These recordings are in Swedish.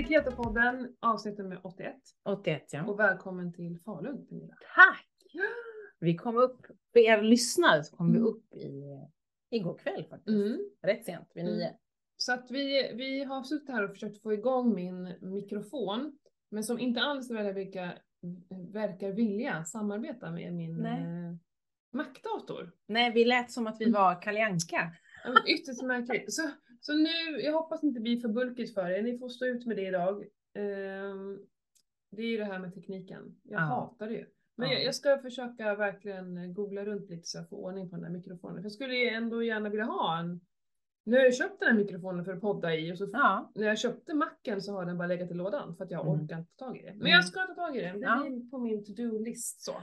till Keto-podden, avsnitt nummer 81. 81, ja. Och välkommen till Falun, Pernilla. Tack! Vi kom upp, för er lyssnare så kom vi Mm. upp igår kväll faktiskt. Rätt sent, vid 9. Så att vi har suttit här och försökt få igång min mikrofon. Men som inte alls verkar vilja samarbeta med min Mac-dator. Nej, vi lät som att vi var Kalle Anka. Ytterst märkligt. Så nu, jag hoppas det inte blir för bulkigt för er. Ni får stå ut med det idag. Det är ju det här med tekniken. Jag hatar det ju. Men jag ska försöka verkligen googla runt lite så jag får ordning på den här mikrofonen. För jag skulle ändå gärna vilja ha en... Nu har jag köpt den här mikrofonen för att podda i. Och så när jag köpte Macen så har den bara legat i lådan. För att jag orkar inte ta tag i det. Men jag ska ta tag i det. Det blir på min to-do-list så.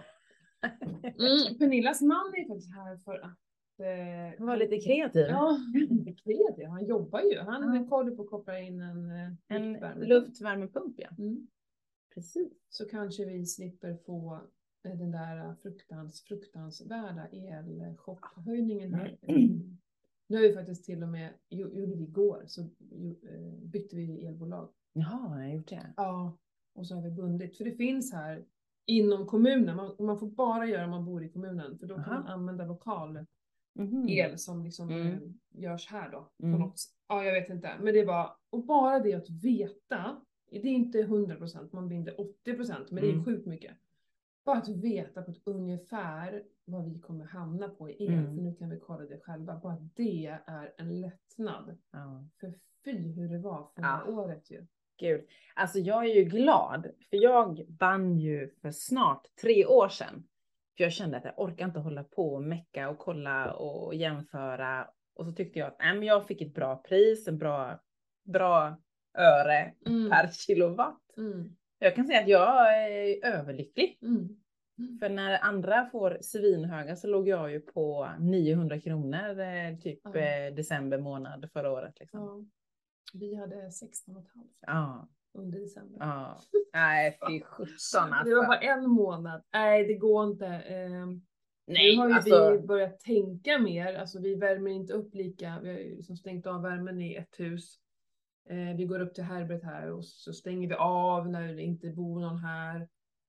Pernillas man är faktiskt här för att... Han var lite kreativ. Ja, lite kreativ. Han jobbar ju. Han håller på att koppla in en luftvärmepump. Ja. Precis. Så kanske vi slipper få den där fruktansvärda elchockhöjningen här. Nu har vi faktiskt till och med, gjorde vi igår, så bytte vi elbolag. Jaha, jag har gjort det. Ja, och så har vi bundit. För det finns här inom kommunen, man får bara göra om man bor i kommunen. För då kan man använda lokal el som liksom görs här då. På något, ja, jag vet inte. Men det var, och bara det att veta, det är inte 100%, man binder 80%, men det är sjukt mycket. Bara att veta på ett ungefär vad vi kommer hamna på i el, för nu kan vi kolla det själva. Bara det är en lättnad. För fy hur det var förra året ju. Gud, alltså jag är ju glad, för jag vann ju för snart 3 år sedan. För jag kände att jag orkar inte hålla på och mecka och kolla och jämföra. Och så tyckte jag att men jag fick ett bra pris, en bra öre per kilowatt. Jag kan säga att jag är överlycklig. För när andra får svinhöga så låg jag ju på 900 kronor typ december månad förra året. Liksom. Ja. Vi hade 16,5 under december. Nej, fy sjutton alltså. Det var bara en månad. Nej, det går inte. Nej, nu har ju alltså... vi börjat tänka mer. Alltså vi värmer inte upp lika. Vi har ju liksom stängt av värmen i ett hus. Vi går upp till Herbert här och så stänger vi av när det inte bor någon här.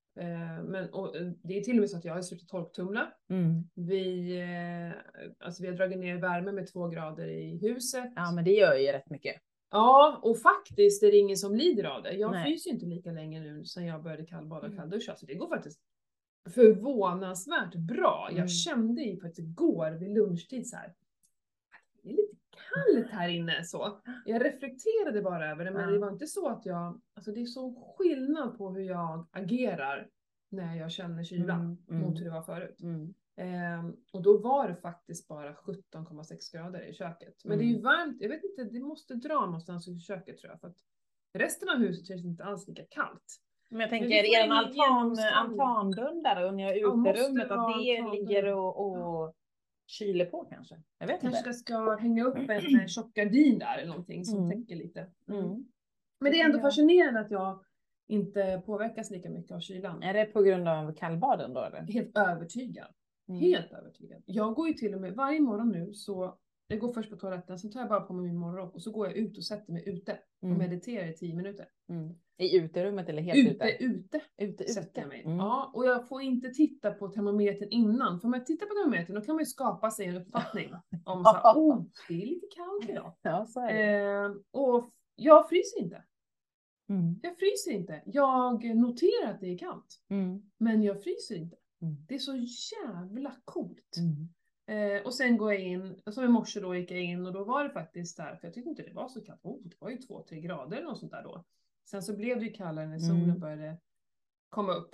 Och det är till och med så att jag har slutat torktumla. Vi har dragit ner värme med 2 grader i huset. Ja, men det gör ju rätt mycket. Ja, och faktiskt är det ingen som lider av det. Jag fryser inte lika länge nu sen jag började kallbada och kallduscha. Så det går faktiskt förvånansvärt bra. Jag kände ju faktiskt igår vid lunchtid så här. Det är lite kallt här inne så. Jag reflekterade bara över det, men det var inte så att alltså det är så skillnad på hur jag agerar när jag känner kylan mot hur det var förut. Och då var det faktiskt bara 17,6 grader i köket. Men det är ju varmt, jag vet inte, det måste dra någonstans i köket tror jag. För att resten av huset känns inte alls lika kallt. Men jag tänker, är det en altandörr där och ni har uterummet att det ligger och kyler på kanske? Jag vet inte. Kanske ska hänga upp en tjock gardin där eller någonting som täcker lite. Men det är ändå fascinerande att jag inte påverkas lika mycket av kylan. Är det på grund av kallbaden då eller? Helt övertygad. Helt övertygad. Jag går ju till och med varje morgon nu så jag går först på toaletten, sen tar jag bara på mig min morgonrock och så går jag ut och sätter mig ute och mediterar i 10 minuter. I uterummet eller helt ute sätter jag mig. Ja, och jag får inte titta på termometern innan. För om jag tittar på termometern då kan man ju skapa sig en uppfattning om så det är lite kallt idag. Ja, så är det. Och jag fryser inte. Jag fryser inte. Jag noterar att det är kallt. Men jag fryser inte. Det är så jävla coolt. Och sen går jag in, och så i morse då gick jag in och då var det faktiskt där, för jag tyckte inte det var så kallt. Det var ju 2-3 grader eller något sånt där då. Sen så blev det ju kallare när solen började komma upp.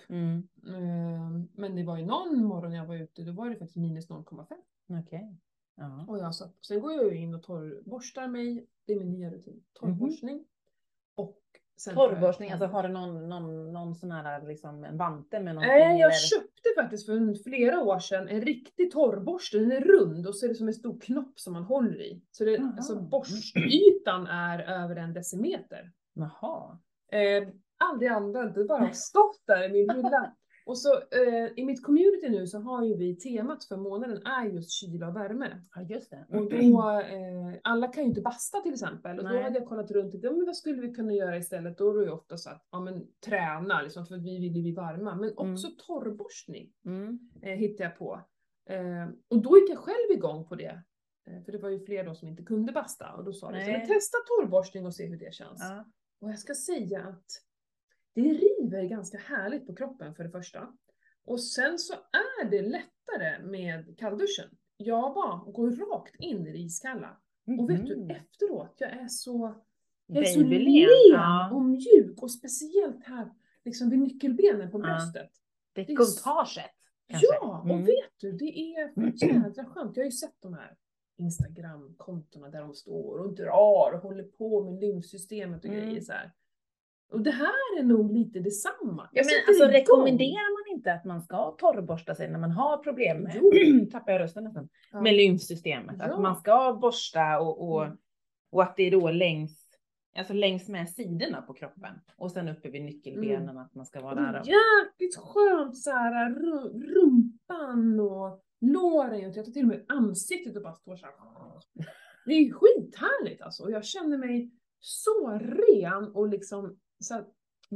Men det var ju någon morgon jag var ute, då var det faktiskt minus 0,5. Okej. Och jag satt, sen går jag in och torrborstar mig, det är min nya rutin, torrborstning. Och torrborstning, alltså har du någon sån här liksom en vante med någonting? Nej, jag köpte faktiskt för flera år sedan en riktig torrborste. Den är rund och så är det som en stor knopp som man håller i. Så det, alltså borstytan är över 1 decimeter. Jaha. Aldrig använt, det bara har stått där i min hylla. Och så i mitt community nu så har ju vi temat för månaden är just kyla och värme. Ja, just det. Och då, alla kan ju inte basta till exempel. Och då Nej. hade jag kollat runt lite, men vad skulle vi kunna göra istället? Då är det ju ofta så att, ja men träna liksom, för vi vill ju bli varma. Men också torrborstning hittade jag på. Och då gick jag själv igång på det. För det var ju fler då som inte kunde basta. Och då sa vi, men testa torrborstning och se hur det känns. Ja. Och jag ska säga att det river ganska härligt på kroppen för det första. Och sen så är det lättare med kallduschen. Jag bara går rakt in i det iskalla. Och vet du, efteråt, jag är så len och mjuk. Och speciellt här liksom vid nyckelbenen på bröstet. Dekolletaget. Ja, och vet du, det är för jädra skönt. Jag har ju sett de här Instagram-kontona där de står och drar och håller på med lymfsystemet och grejer så här. Och det här är nog lite detsamma. Ja, men alltså rekommenderar man inte att man ska torrborsta sig när man har problem med, tappar jag rösten nästan, med lymfsystemet? Ja. Att man ska borsta och att det är då längs med sidorna på kroppen. Och sen uppe vid nyckelbenen att man ska vara där. Jäkligt skönt så här, rumpan och låren. Jag tar till och med ansiktet och bara står så här. Det är skithärligt alltså. Och jag känner mig så ren och liksom så här,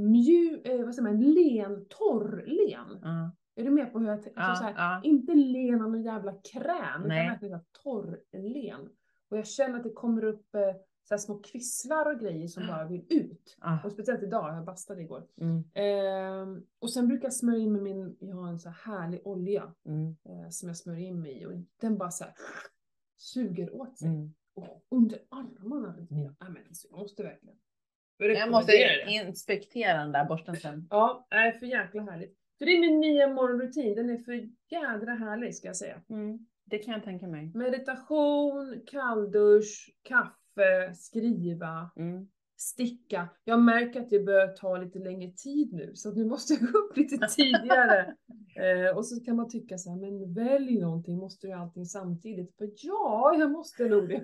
torrlen. Är du med på hur jag tänker? Så här, inte len av någon jävla kräm, utan verkligen torrlen. Och jag känner att det kommer upp så här små kvisslar och grejer som bara vill ut. Och speciellt idag, jag bastade igår. Och sen brukar jag smörja in med jag har en så här härlig olja som jag smörjer in mig i. Och den bara så här suger åt sig. Och under armarna. Men jag måste verkligen. Jag måste inspektera den där borsten sen. Ja, är för jäkla härligt. Så det är min nya morgonrutin. Den är för jädra härlig ska jag säga. Det kan jag tänka mig. Meditation, kalldusch, kaffe, skriva, sticka. Jag märker att det börjar ta lite längre tid nu. Så nu måste jag gå upp lite tidigare. Och så kan man tycka så här, men välj någonting. Måste du allting samtidigt? För ja, jag måste nog det.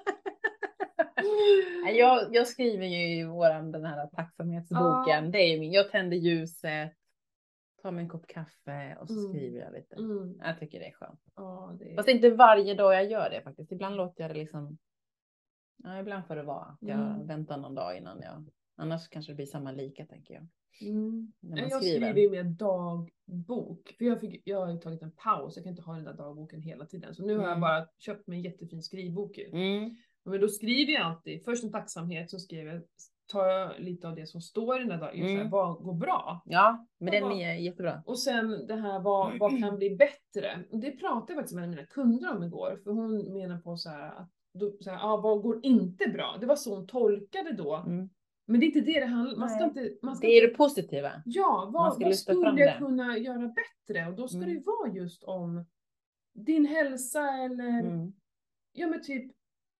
Jag skriver ju i den här tacksamhetsboken. Det är jag tänder ljuset, tar mig en kopp kaffe och så skriver jag lite. Jag tycker det är skönt. Fast inte varje dag jag gör det faktiskt. Ibland låter jag det liksom. Ja, ibland får det vara att jag väntar någon dag innan annars kanske det blir samma lika, tänker jag. När man jag skriver ju med dagbok. För jag har ju tagit en paus. Jag kan inte ha den där dagboken hela tiden. Så nu har jag bara köpt mig en jättefin skrivbok. Men då skriver jag alltid, först en tacksamhet, så tar jag lite av det som står i den där dagen. Vad går bra? Ja, men den är jättebra. Och sen det här, vad kan bli bättre? Det pratade jag faktiskt med mina kunder om igår. För hon menar på så här att vad går inte bra? Det var så hon tolkade då. Men det är inte det handlar om. Det är det positiva. Ja, vad skulle jag kunna göra bättre? Och då ska det vara just om din hälsa eller ja men typ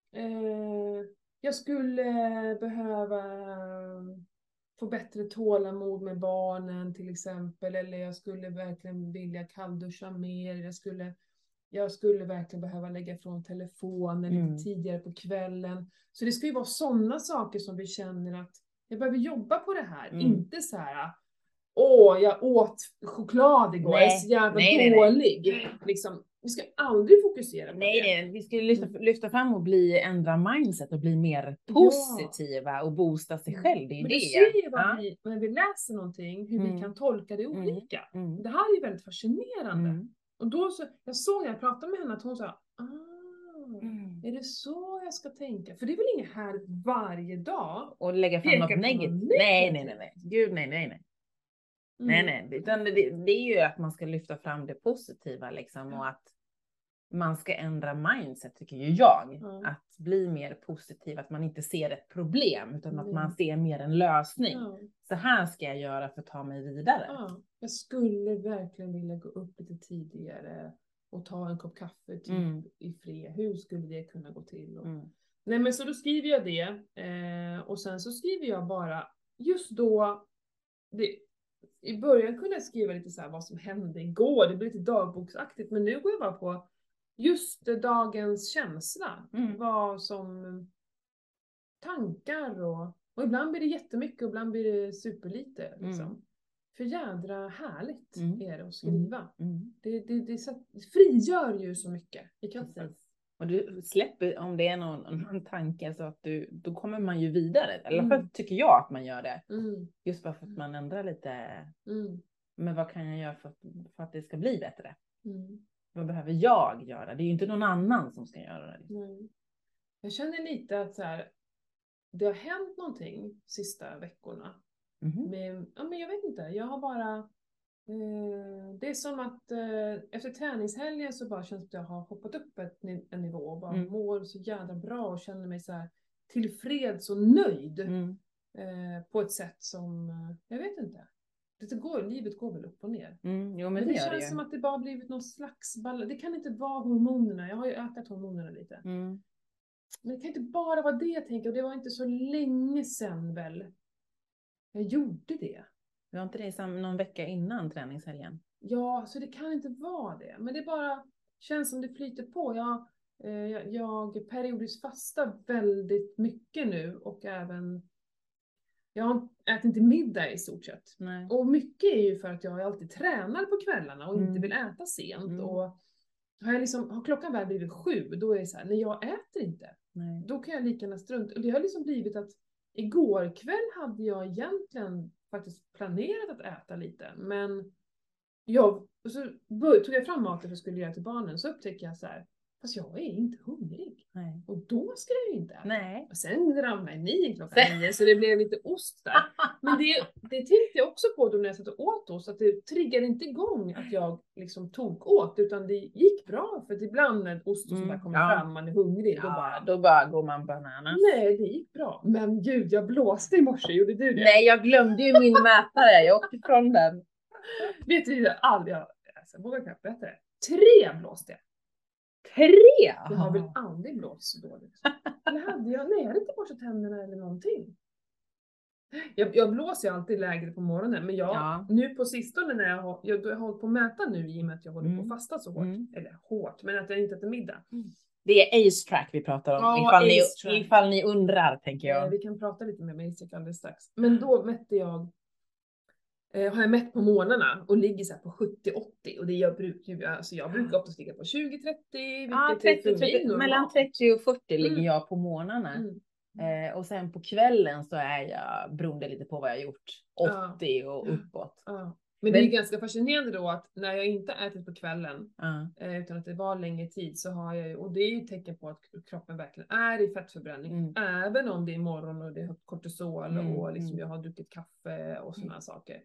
jag skulle behöva få bättre tålamod med barnen till exempel. Eller jag skulle verkligen vilja kallduscha mer. Jag skulle verkligen behöva lägga ifrån telefonen lite tidigare på kvällen. Så det ska ju vara sådana saker som vi känner att jag behöver jobba på det här. Inte så här, jag åt choklad igår, jag är så jävla dålig. Liksom, vi ska aldrig fokusera på det. Vi ska lyfta fram och ändra mindset och bli mer positiva och boosta sig själv. Det är men det. Du ser ju när vi läser någonting, hur vi kan tolka det olika. Det här är ju väldigt fascinerande. Och då när jag pratade med henne att hon sa, är det så jag ska tänka? För det är väl inget här varje dag. Och lägga fram något negativt. Nej. Gud, nej. Nej. Utan det är ju att man ska lyfta fram det positiva liksom. Och att man ska ändra mindset, tycker ju jag. Att bli mer positiv. Att man inte ser ett problem. Utan att man ser mer en lösning. Så här ska jag göra för att ta mig vidare. Jag skulle verkligen vilja gå upp lite tidigare. Och ta en kopp kaffe typ i fred. Hur skulle det kunna gå till? Nej men så då skriver jag det. Och sen så skriver jag bara. Just då. I början kunde jag skriva lite så här vad som hände igår. Det blir lite dagboksaktigt. Men nu går jag bara på just dagens känsla. Vad som tankar och ibland blir det jättemycket och ibland blir det superlite. Liksom. för jädra härligt är det att Mm. skriva. Mm. Det frigör ju så mycket i kroppen. Precis. Och du släpper, om det är någon tanke, så att då kommer man ju vidare. Eller i alla fall tycker jag att man gör det. Just bara för att man ändrar lite. Men vad kan jag göra för att det ska bli bättre? Vad behöver jag göra? Det är ju inte någon annan som ska göra det. Jag känner lite att så här, det har hänt någonting sista veckorna. Men jag vet inte, jag har bara... det är som att efter träningshelgen så bara känns det att jag har hoppat upp en nivå och bara mår så jävla bra och känner mig så här tillfreds och nöjd. På ett sätt som, jag vet inte. Livet går väl upp och ner. Jo, men det känns som att det bara blivit någon slags det kan inte vara hormonerna. Jag har ju ökat hormonerna lite. Men det kan inte bara vara det jag tänker. Och det var inte så länge sedan väl jag gjorde det. Det var inte det någon vecka innan träningshelgen? Ja, så det kan inte vara det. Men det bara känns som det flyter på. Jag periodiskt fastar väldigt mycket nu. Och även... Jag äter inte middag i stort sett. Nej. Och mycket är ju för att jag alltid tränar på kvällarna och inte vill äta sent. Och har klockan väl blivit 7, då är det så här, nej jag äter inte. Nej. Då kan jag lika gärna strunta. Och det har liksom blivit att igår kväll hade jag egentligen faktiskt planerat att äta lite. Men så tog jag fram maten och skulle göra till barnen, så upptäckte jag så här, fast jag är inte hungrig. Nej. Och då ska jag ju inte äta. Nej. Och sen ramlade jag i klockan 9, så det blev lite ost där. Men det tänkte jag också på då när jag satt och åt ost, att det triggade inte igång att jag liksom tog åt, utan det gick bra. För att ibland när ost som bara kommer fram, man är hungrig, då bara går man bananas. Nej, det gick bra. Men gud, jag blåste i morse, gjorde du det? Nej, jag glömde ju min mätare, jag åkte ifrån den. Vet du, jag vågar knappt berätta det. 3 blåste jag. 3? Jag har väl aldrig blåst så dåligt. Eller hade jag? Nej, jag hade inte borstat tänderna eller någonting. Jag blåser ju alltid lägre på morgonen. Men nu på sistone när jag har hållit på att mäta nu i och med att jag håller på att fasta så hårt. Eller hårt, men att jag inte äter middag. Det är Ace Track vi pratar om. Ifall ni undrar, tänker jag. Vi kan prata lite mer med Ace Track alldeles strax. Men då mätte jag... har jag mätt på månaderna och ligger så här på 70-80, och det jag brukar oftast ligga på 20-30, mellan 30 och 40 ligger jag på månaderna. Och sen på kvällen så är jag, beroende lite på vad jag har gjort, 80 och uppåt. Men det är ganska fascinerande då att när jag inte ätit på kvällen utan att det var längre tid, så har jag, och det är ju ett tecken på att kroppen verkligen är i fettförbränning, även om det är morgon och det är kortisol och liksom jag har druckit kaffe och sådana saker.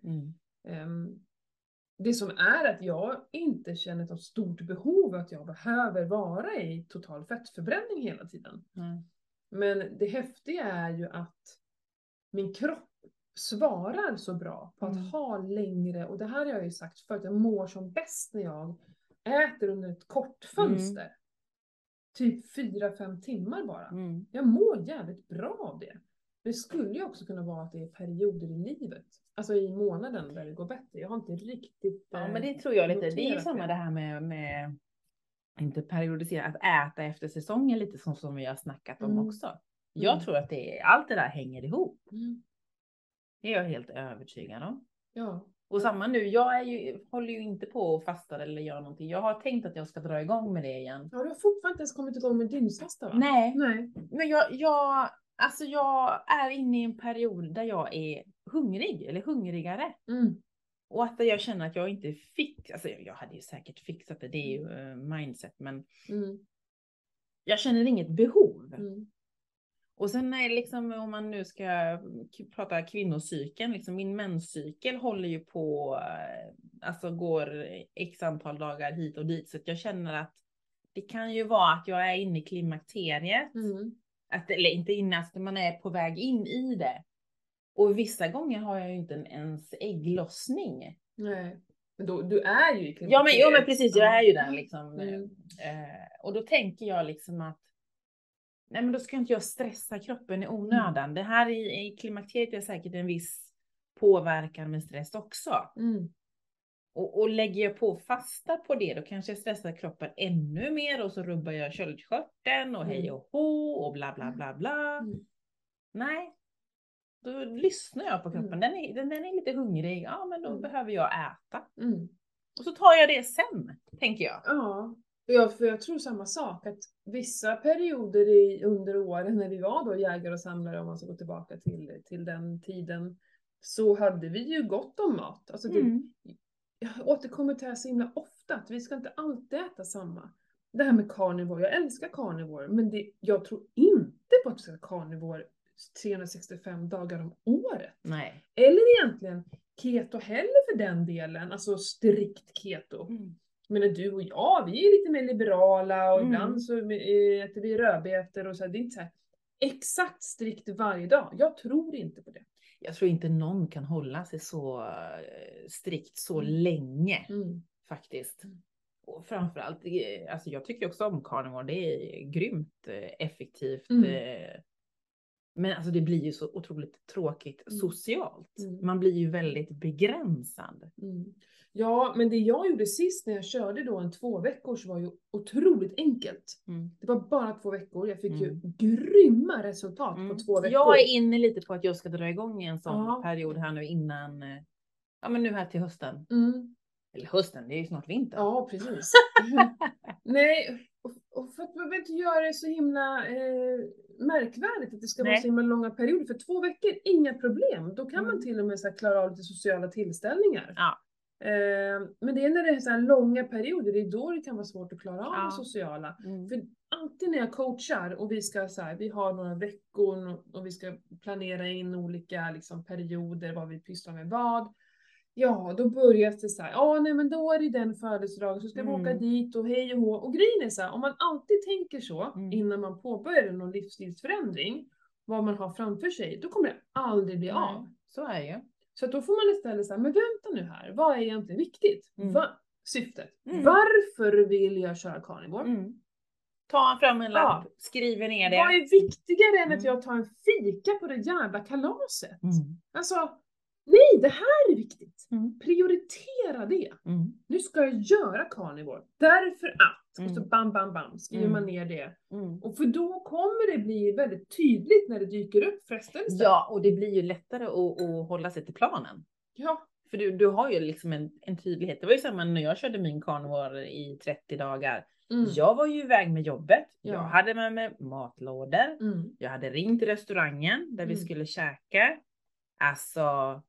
Det som är att jag inte känner ett stort behov att jag behöver vara i total fettförbränning hela tiden. Men det häftiga är ju att min kropp svarar så bra på att ha längre, och det här har jag ju sagt för att jag mår som bäst när jag äter under ett kort fönster. Typ 4-5 timmar bara. Jag mår jävligt bra av det. Det skulle ju också kunna vara att det är perioder i livet. Alltså i månaden där det går bättre. Jag har inte riktigt... men det tror jag lite. Det är ju samma det här med inte periodisera, att äta efter säsongen lite som vi har snackat om också. Jag tror att allt det där hänger ihop. Det är jag helt övertygad om. Ja. Och samma nu, håller ju inte på att fasta eller göra någonting. Jag har tänkt att jag ska dra igång med det igen. Ja, du har fortfarande inte ens kommit igång med dygnsfasta, va? Nej. Men jag är inne i en period där jag är hungrig eller hungrigare. Och att jag känner att jag inte jag hade ju säkert fixat det, det är ju mindset, men jag känner inget behov. Och sen är liksom, om man nu ska prata kvinnocykeln, liksom min menscykel håller ju på, går x antal dagar hit och dit, så att jag känner att det kan ju vara att jag är inne i klimakteriet. Eller inte inne, att man är på väg in i det. Och vissa gånger har jag ju inte ens ägglossning. Nej, men du är ju i klimakteriet. Ja men precis, jag är ju där liksom. Och då tänker jag liksom att nej, men då ska inte jag stressa kroppen i onödan. Det här i klimakteriet är säkert en viss påverkan med stress också. Och lägger jag på fasta på det, då kanske jag stressar kroppen ännu mer, och så rubbar jag köldskörteln och hej och hå och bla bla bla bla. Nej. Då lyssnar jag på kroppen. Den är lite hungrig. Ja, men då behöver jag äta. Och så tar jag det sen, tänker jag. Ja, för jag tror samma sak. Att vissa perioder under åren när vi var då jägare och samlare, om man ska gå tillbaka till den tiden, så hade vi ju gott om mat. Alltså jag återkommer till det här så himla ofta, att vi ska inte alltid äta samma. Det här med carnivore, jag älskar carnivore, men jag tror inte på att vi ska ha carnivore 365 dagar om året. Nej. Eller egentligen keto heller för den delen, alltså strikt keto. Men du och jag, vi är lite mer liberala och ibland så äter vi rödbetor och så här, det är inte så här exakt strikt varje dag. Jag tror inte på det. Jag tror inte någon kan hålla sig så strikt så länge faktiskt. Och framförallt, alltså jag tycker också om carnivore, det är grymt effektivt. Men alltså det blir ju så otroligt tråkigt socialt. Man blir ju väldigt begränsad. Ja, men det jag gjorde sist när jag körde då en 2 veckors var ju otroligt enkelt. Det var bara 2 veckor. Jag fick ju grymma resultat på 2 veckor. Jag är inne lite på att jag ska dra igång en sån period här nu innan, ja men nu här till hösten. Eller hösten, det är ju snart vinter. Ja, precis. Nej, och för att man vill inte göra det så himla märkvärdigt att det ska vara så himla långa perioder. För 2 veckor, inga problem. Då kan man till och med så här klara av lite sociala tillställningar. Ja. Men det är när det är så här långa perioder, det är då det kan vara svårt att klara av det sociala. För alltid när jag coachar och vi ska så här, vi har några veckor och vi ska planera in olika liksom, perioder, vad vi pysslar med vad. Ja, då börjar det så här, nej men då är det den födelsedagen så ska vi åka dit och hej och hå. Och grejen är så här, om man alltid tänker så innan man påbörjar någon livsstilsförändring, vad man har framför sig, då kommer det aldrig bli av. Så är det. Så då får man istället säga, men vänta nu här, vad är egentligen viktigt? Syftet. Varför vill jag köra carnivore? Ta fram en lapp, skriver ner det. Vad är viktigare än att jag tar en fika på det jävla kalaset? Alltså, nej, det här är viktigt. Prioritera det. Nu ska jag göra carnivore. Därför att. Och så bam, bam, bam. Skriver man ner det. Och för då kommer det bli väldigt tydligt när det dyker upp frestelser. Ja, och det blir ju lättare att hålla sig till planen. Ja. För du har ju liksom en tydlighet. Det var ju samma när jag körde min carnivore i 30 dagar. Jag var ju iväg med jobbet. Jag hade med mig matlådor. Jag hade ringt till restaurangen där vi skulle käka. Alltså,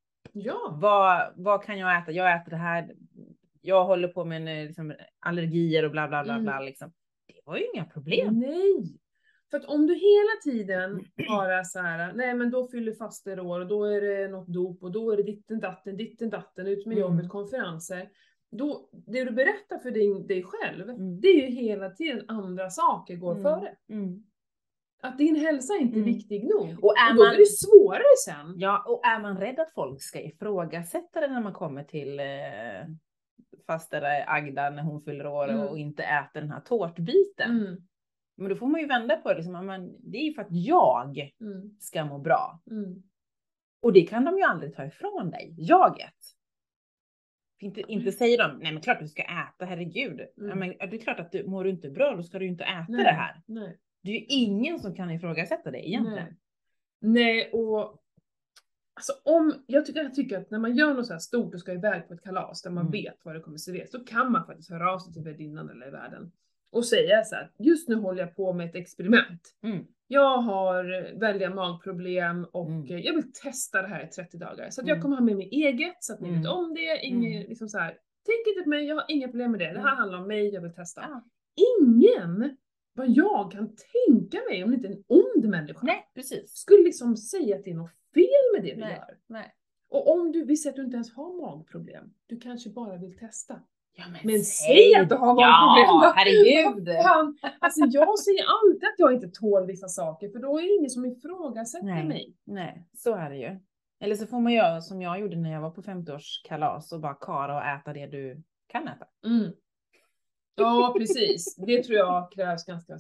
vad kan jag äta? Jag äter det här. Jag håller på med liksom, allergier och bla bla bla bla. Liksom. Det var ju inga problem. Nej. För att om du hela tiden bara så här, nej men då fyller faster år och då är det något dop och då är det ditten datten, ut med jobbet, konferenser. Då, det du berättar för dig själv, det är ju hela tiden andra saker går före. Att din hälsa inte är viktig nog. Och då är det svårare sen. Ja, och är man rädd att folk ska ifrågasätta det när man kommer till faster Agda när hon fyller år och inte äter den här tårtbiten. Men då får man ju vända på det. Liksom, men det är ju för att jag ska må bra. Och det kan de ju aldrig ta ifrån dig. Jaget. Inte säger de, nej men klart du ska äta, herregud. Ja, men, det är klart att mår du inte bra, då ska du inte äta det här. Nej. Det är ju ingen som kan ifrågasätta det egentligen. Nej, och alltså jag tycker att när man gör något så här stort och ska iväg på ett kalas där man vet vad det kommer serveras, då kan man faktiskt höra av sig till värdinnan eller i världen och säga så här, just nu håller jag på med ett experiment. Jag har väldiga magproblem och jag vill testa det här i 30 dagar. Så att jag kommer ha med mig eget så att ni vet om det. Liksom så här, tänk inte på mig, jag har inga problem med det. Det här handlar om mig, jag vill testa. Ingen, vad jag kan tänka mig, om det inte är en ond människa. Nej, precis. Skulle liksom säga att det är något fel med det du gör. Nej. Och om vi säger att du inte ens har magproblem, du kanske bara vill testa. Ja, men säg att du har magproblem. Ja, herregud. Alltså jag säger alltid att jag inte tål vissa saker, för då är det ingen som ifrågasätter mig. Nej, så är det ju. Eller så får man göra som jag gjorde när jag var på 50-årskalas och bara kara och äta det du kan äta. Ja, precis. Det tror jag krävs ganska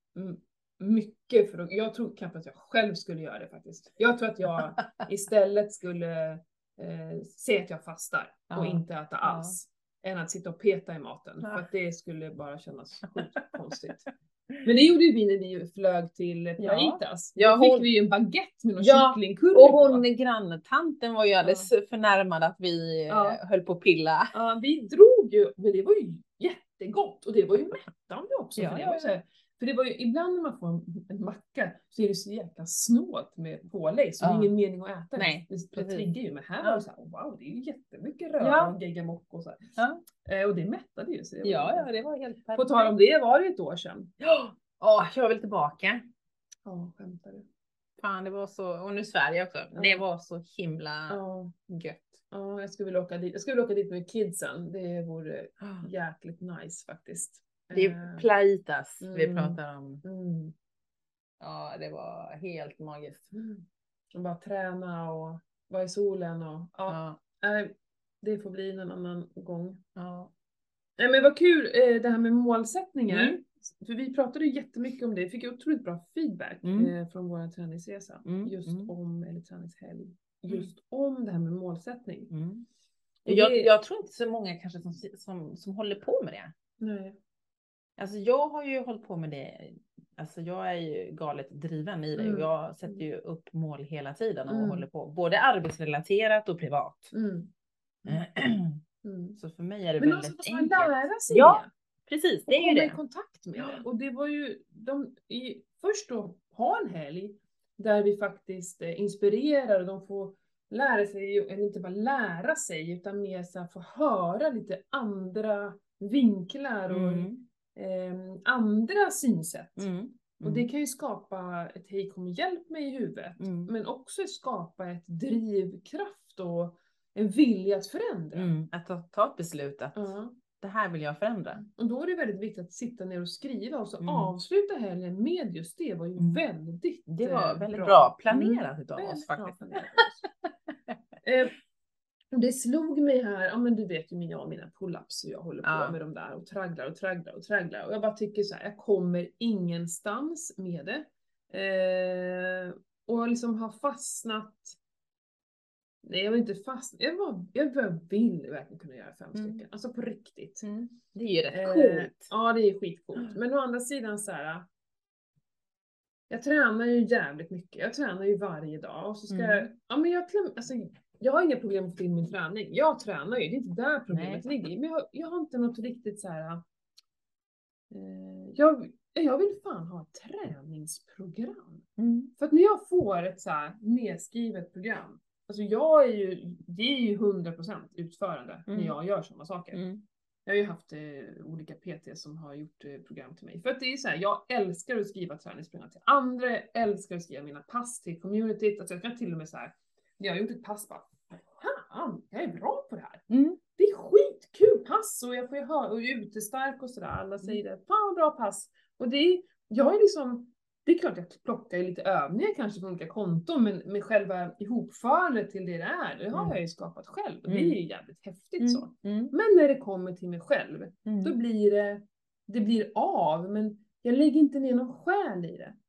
mycket för att, jag tror kanske att jag själv skulle göra det faktiskt. Jag tror att jag istället skulle se att jag fastar och inte äta alls. Än att sitta och peta i maten. För att det skulle bara kännas sjukt konstigt. Men det gjorde ju vi när vi flög till Plaitas. Ja, Då fick vi ju en baguette med någon ja, kycklingcurry och på. hon granntanten var ju alldeles förnärmad att vi höll på att pilla. Ja, vi drog ju, men det var ju jättegott och det var ju mättande också. Ja, för det var ju så här, för det var ju, ibland när man får en macka så är det så jäkla snålt med pålägg så det är ingen mening att äta. Nej, det triggar ju, men här var det så här, wow, det är ju jättemycket röra och geggamock och så här. Och det mättade ju. Så det var det var helt perfekt. På tal om det var det ett år sedan. Jag vill tillbaka. Ja, skämtar du? Fan, det var så, och nu Sverige också. Det var så himla gött. Ja, jag skulle vilja åka dit. Jag skulle vilja åka dit med kidsen. Det vore jäkligt nice faktiskt. Det är Plaitas vi pratar om. Ja, det var helt magiskt. Och bara träna och vara i solen och det får bli en annan gång. Nej, men vad kul det här med målsättningar. För vi pratade ju jättemycket om det. Vi fick otroligt bra feedback från vår träningsresa. Eller träningshelg. Just om det här med målsättning. Jag tror inte så många kanske som håller på med det. Nej. Alltså jag har ju hållit på med det. Alltså jag är ju galet driven i det. Och jag sätter ju upp mål hela tiden och håller på. Både arbetsrelaterat och privat. Så för mig är det väldigt enkelt. Men också lära sig det. Precis, det är ju det. Och komma i kontakt med det. Och det var ju, först då ha en helg där vi faktiskt inspirerar och de får lära sig, eller inte bara lära sig, utan mer så här få höra lite andra vinklar och andra synsätt. Och det kan ju skapa ett hej kom och hjälp mig i huvudet, men också skapa ett drivkraft och en vilja att förändra. Att ta ett beslut att det här vill jag förändra. Och då är det väldigt viktigt att sitta ner och skriva och så avsluta helgen med just det. Var ju väldigt Det var väldigt bra planerat utav oss faktiskt. Det slog mig här, ja men du vet ju mina pull-ups och jag håller på med dem där och tragglar. Och jag bara tycker så här, jag kommer ingenstans med det. Och jag liksom har fastnat. Nej, jag vill inte fastna. Jag vill verkligen kunna göra 5 stycken. Alltså på riktigt. Det är ju rätt coolt. Ja, det är skitcoolt. Men å andra sidan så här. Jag tränar ju jävligt mycket. Jag tränar ju varje dag. Och så ska jag har inga problem att få in min träning. Jag tränar ju. Det är inte där problemet ligger. Men jag har inte något riktigt så här. Jag vill fan ha ett träningsprogram. För att när jag får ett så här nedskrivet program. Alltså det är ju 100% utförande när jag gör sådana saker. Jag har ju haft olika PT som har gjort program till mig. För att det är så här, jag älskar att skriva träningsprogram till andra. Jag älskar att skriva mina pass till communityt. Alltså jag kan till och med så här, jag har gjort ett pass bara, fan, jag är bra på det här. Det är skitkul pass och jag får ju höra, och är utestark och sådär. Alla säger det, fan bra pass. Och jag är liksom, det är klart jag plockar lite övningar kanske från olika konton, men själva ihopförandet till det har jag ju skapat själv. Och det är ju jävligt häftigt så. Men när det kommer till mig själv, då blir det blir av, men jag lägger inte ner någon själ i det.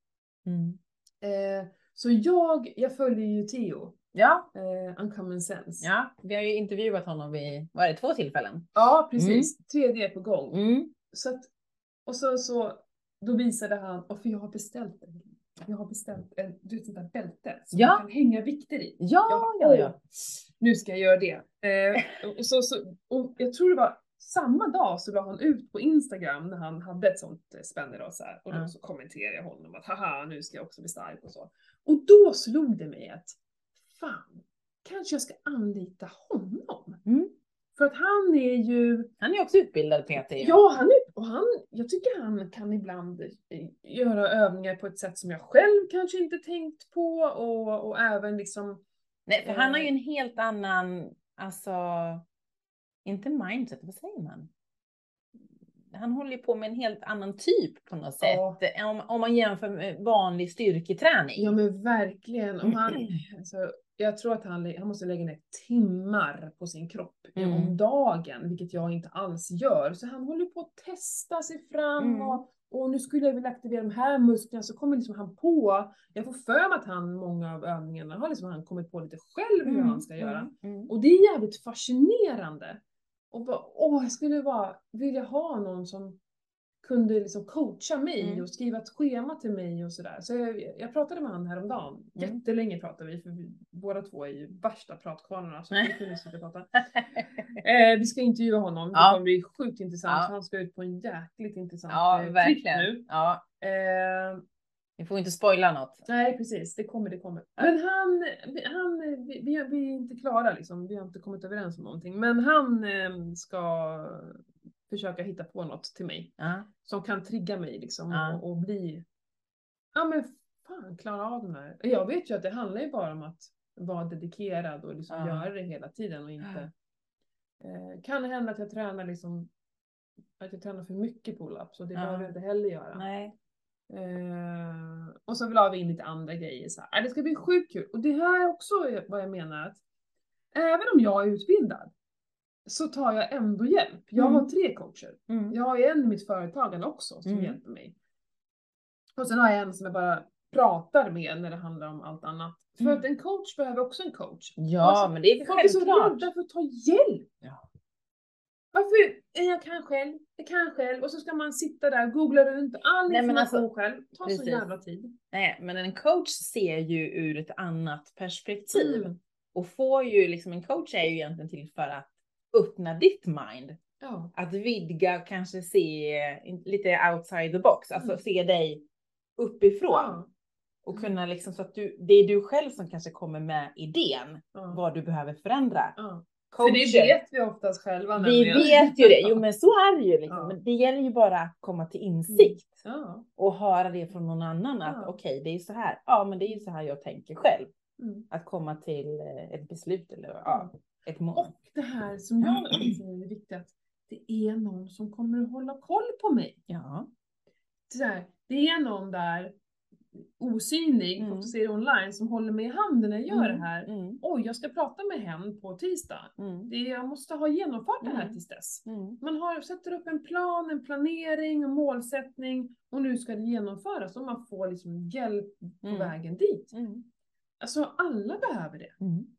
Så jag följer ju Theo. Uncommon Sense. Ja, vi har ju intervjuat honom vid, 2 tillfällen? Ja, precis. 3D är på gång. Så att, och så då visade han, och för jag har beställt ett sånt där bälte som man kan hänga vikter i. Ja. Nu ska jag göra det. Och jag tror det var samma dag så la han ut på Instagram när han hade ett sånt spänne och så här. Och då så kommenterade jag honom att haha, nu ska jag också bli stark och så. Och då slog det mig att fan, kanske jag ska anlita honom. För att han är också utbildad PT. Ja, jag tycker han kan ibland göra övningar på ett sätt som jag själv kanske inte tänkt på. Och även liksom. Nej, för han har ju en helt annan, alltså, inte mindset, vad säger man? Han håller ju på med en helt annan typ på något sätt. Om man jämför med vanlig styrketräning. Ja, men verkligen. Och jag tror att han måste lägga ner timmar på sin kropp om dagen, vilket jag inte alls gör. Så han håller på att testa sig fram och nu skulle jag vilja aktivera de här musklerna, så kommer liksom han på. Jag får för mig att många av övningarna har liksom han kommit på lite själv hur han ska göra. Och det är jävligt fascinerande. Och bara, jag skulle vilja ha någon som kunde liksom coacha mig och skriva ett schema till mig och sådär. Så jag pratade med han häromdagen. Jättelänge pratade vi, för båda två är ju värsta pratkvarnarna. Så vi kunde sitta och prata. Vi ska intervjua honom. Det kommer bli sjukt intressant. Han ska ut på en jäkligt intressant trip nu. Ja. Vi får inte spoila något. Nej, precis. Det kommer. Men vi är inte klara liksom. Vi har inte kommit överens om någonting. Men han ska försöka hitta på något till mig. Som kan trigga mig liksom. Och bli... Ja men fan, klara av den här. Jag vet ju att det handlar ju bara om att vara dedikerad och liksom göra det hela tiden och inte... Kan det hända att jag tränar liksom... Att jag tränar för mycket pull-ups. Och det behöver jag inte heller göra. Nej. Och så la vi in lite andra grejer så här. Det ska bli sjukt kul. Och det här är också vad jag menar, att även om jag är utbildad så tar jag ändå hjälp. Jag har 3 coacher. Jag har en i mitt företagande också som hjälper mig. Och sen har jag en som jag bara pratar med när det handlar om allt annat. För att en coach behöver också en coach. Ja, alltså, men det är folk självklart. Folk är så rädda för att ta hjälp. Ja. Varför? Jag kan själv. Och så ska man sitta där och googla runt all information själv. Ta så jävla tid. Nej, men en coach ser ju ur ett annat perspektiv. Och får ju liksom, en coach är ju egentligen till för att öppna ditt mind. Ja. Att vidga, kanske se lite outside the box. Alltså se dig uppifrån. Ja. Och kunna liksom, så att det är du själv som kanske kommer med idén. Vad du behöver förändra. Ja. För det vet vi oftast själva. Vi vet ju det. Jo men så är det ju liksom. Men det gäller ju bara att komma till insikt. Och höra det från någon annan. Att okej, det är så här. Ja men det är ju så här jag tänker själv. Att komma till ett beslut eller ett mål. Och det här som jag anser är viktigt. Att det är någon som kommer att hålla koll på mig. Ja. Det är någon där osynlig, fokuserar online, som håller mig i handen när jag gör det här. Oj, jag ska prata med hen på tisdag. Jag måste ha genomfört det här tills dess. Man sätter upp en plan, en planering, en målsättning. Och nu ska det genomföras. Och man får liksom hjälp på vägen dit. Alltså alla behöver det.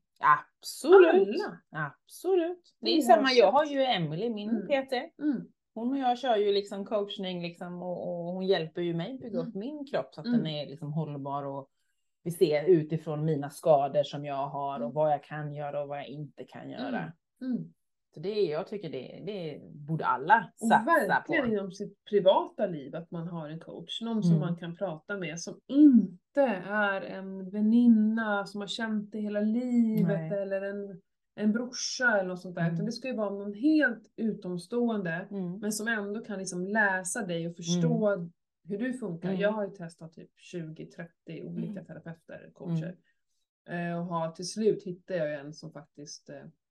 Absolut. Absolut. Det är samma, jag har ju Emily, min PT. Hon och jag kör ju liksom coachning liksom, och hon hjälper ju mig bygga upp min kropp så att den är liksom hållbar, och vi ser utifrån mina skador som jag har och vad jag kan göra och vad jag inte kan göra. Så jag tycker det borde alla satsa på. Och verkligen inom sitt privata liv, att man har en coach. Någon som man kan prata med, som inte är en väninna som har känt det hela livet. Eller en brorsa eller något sånt där. Utan det ska ju vara någon helt utomstående. Men som ändå kan liksom läsa dig och förstå hur du funkar. Jag har ju testat typ 20-30 olika terapeuter, coacher. Och till slut hittade jag en som faktiskt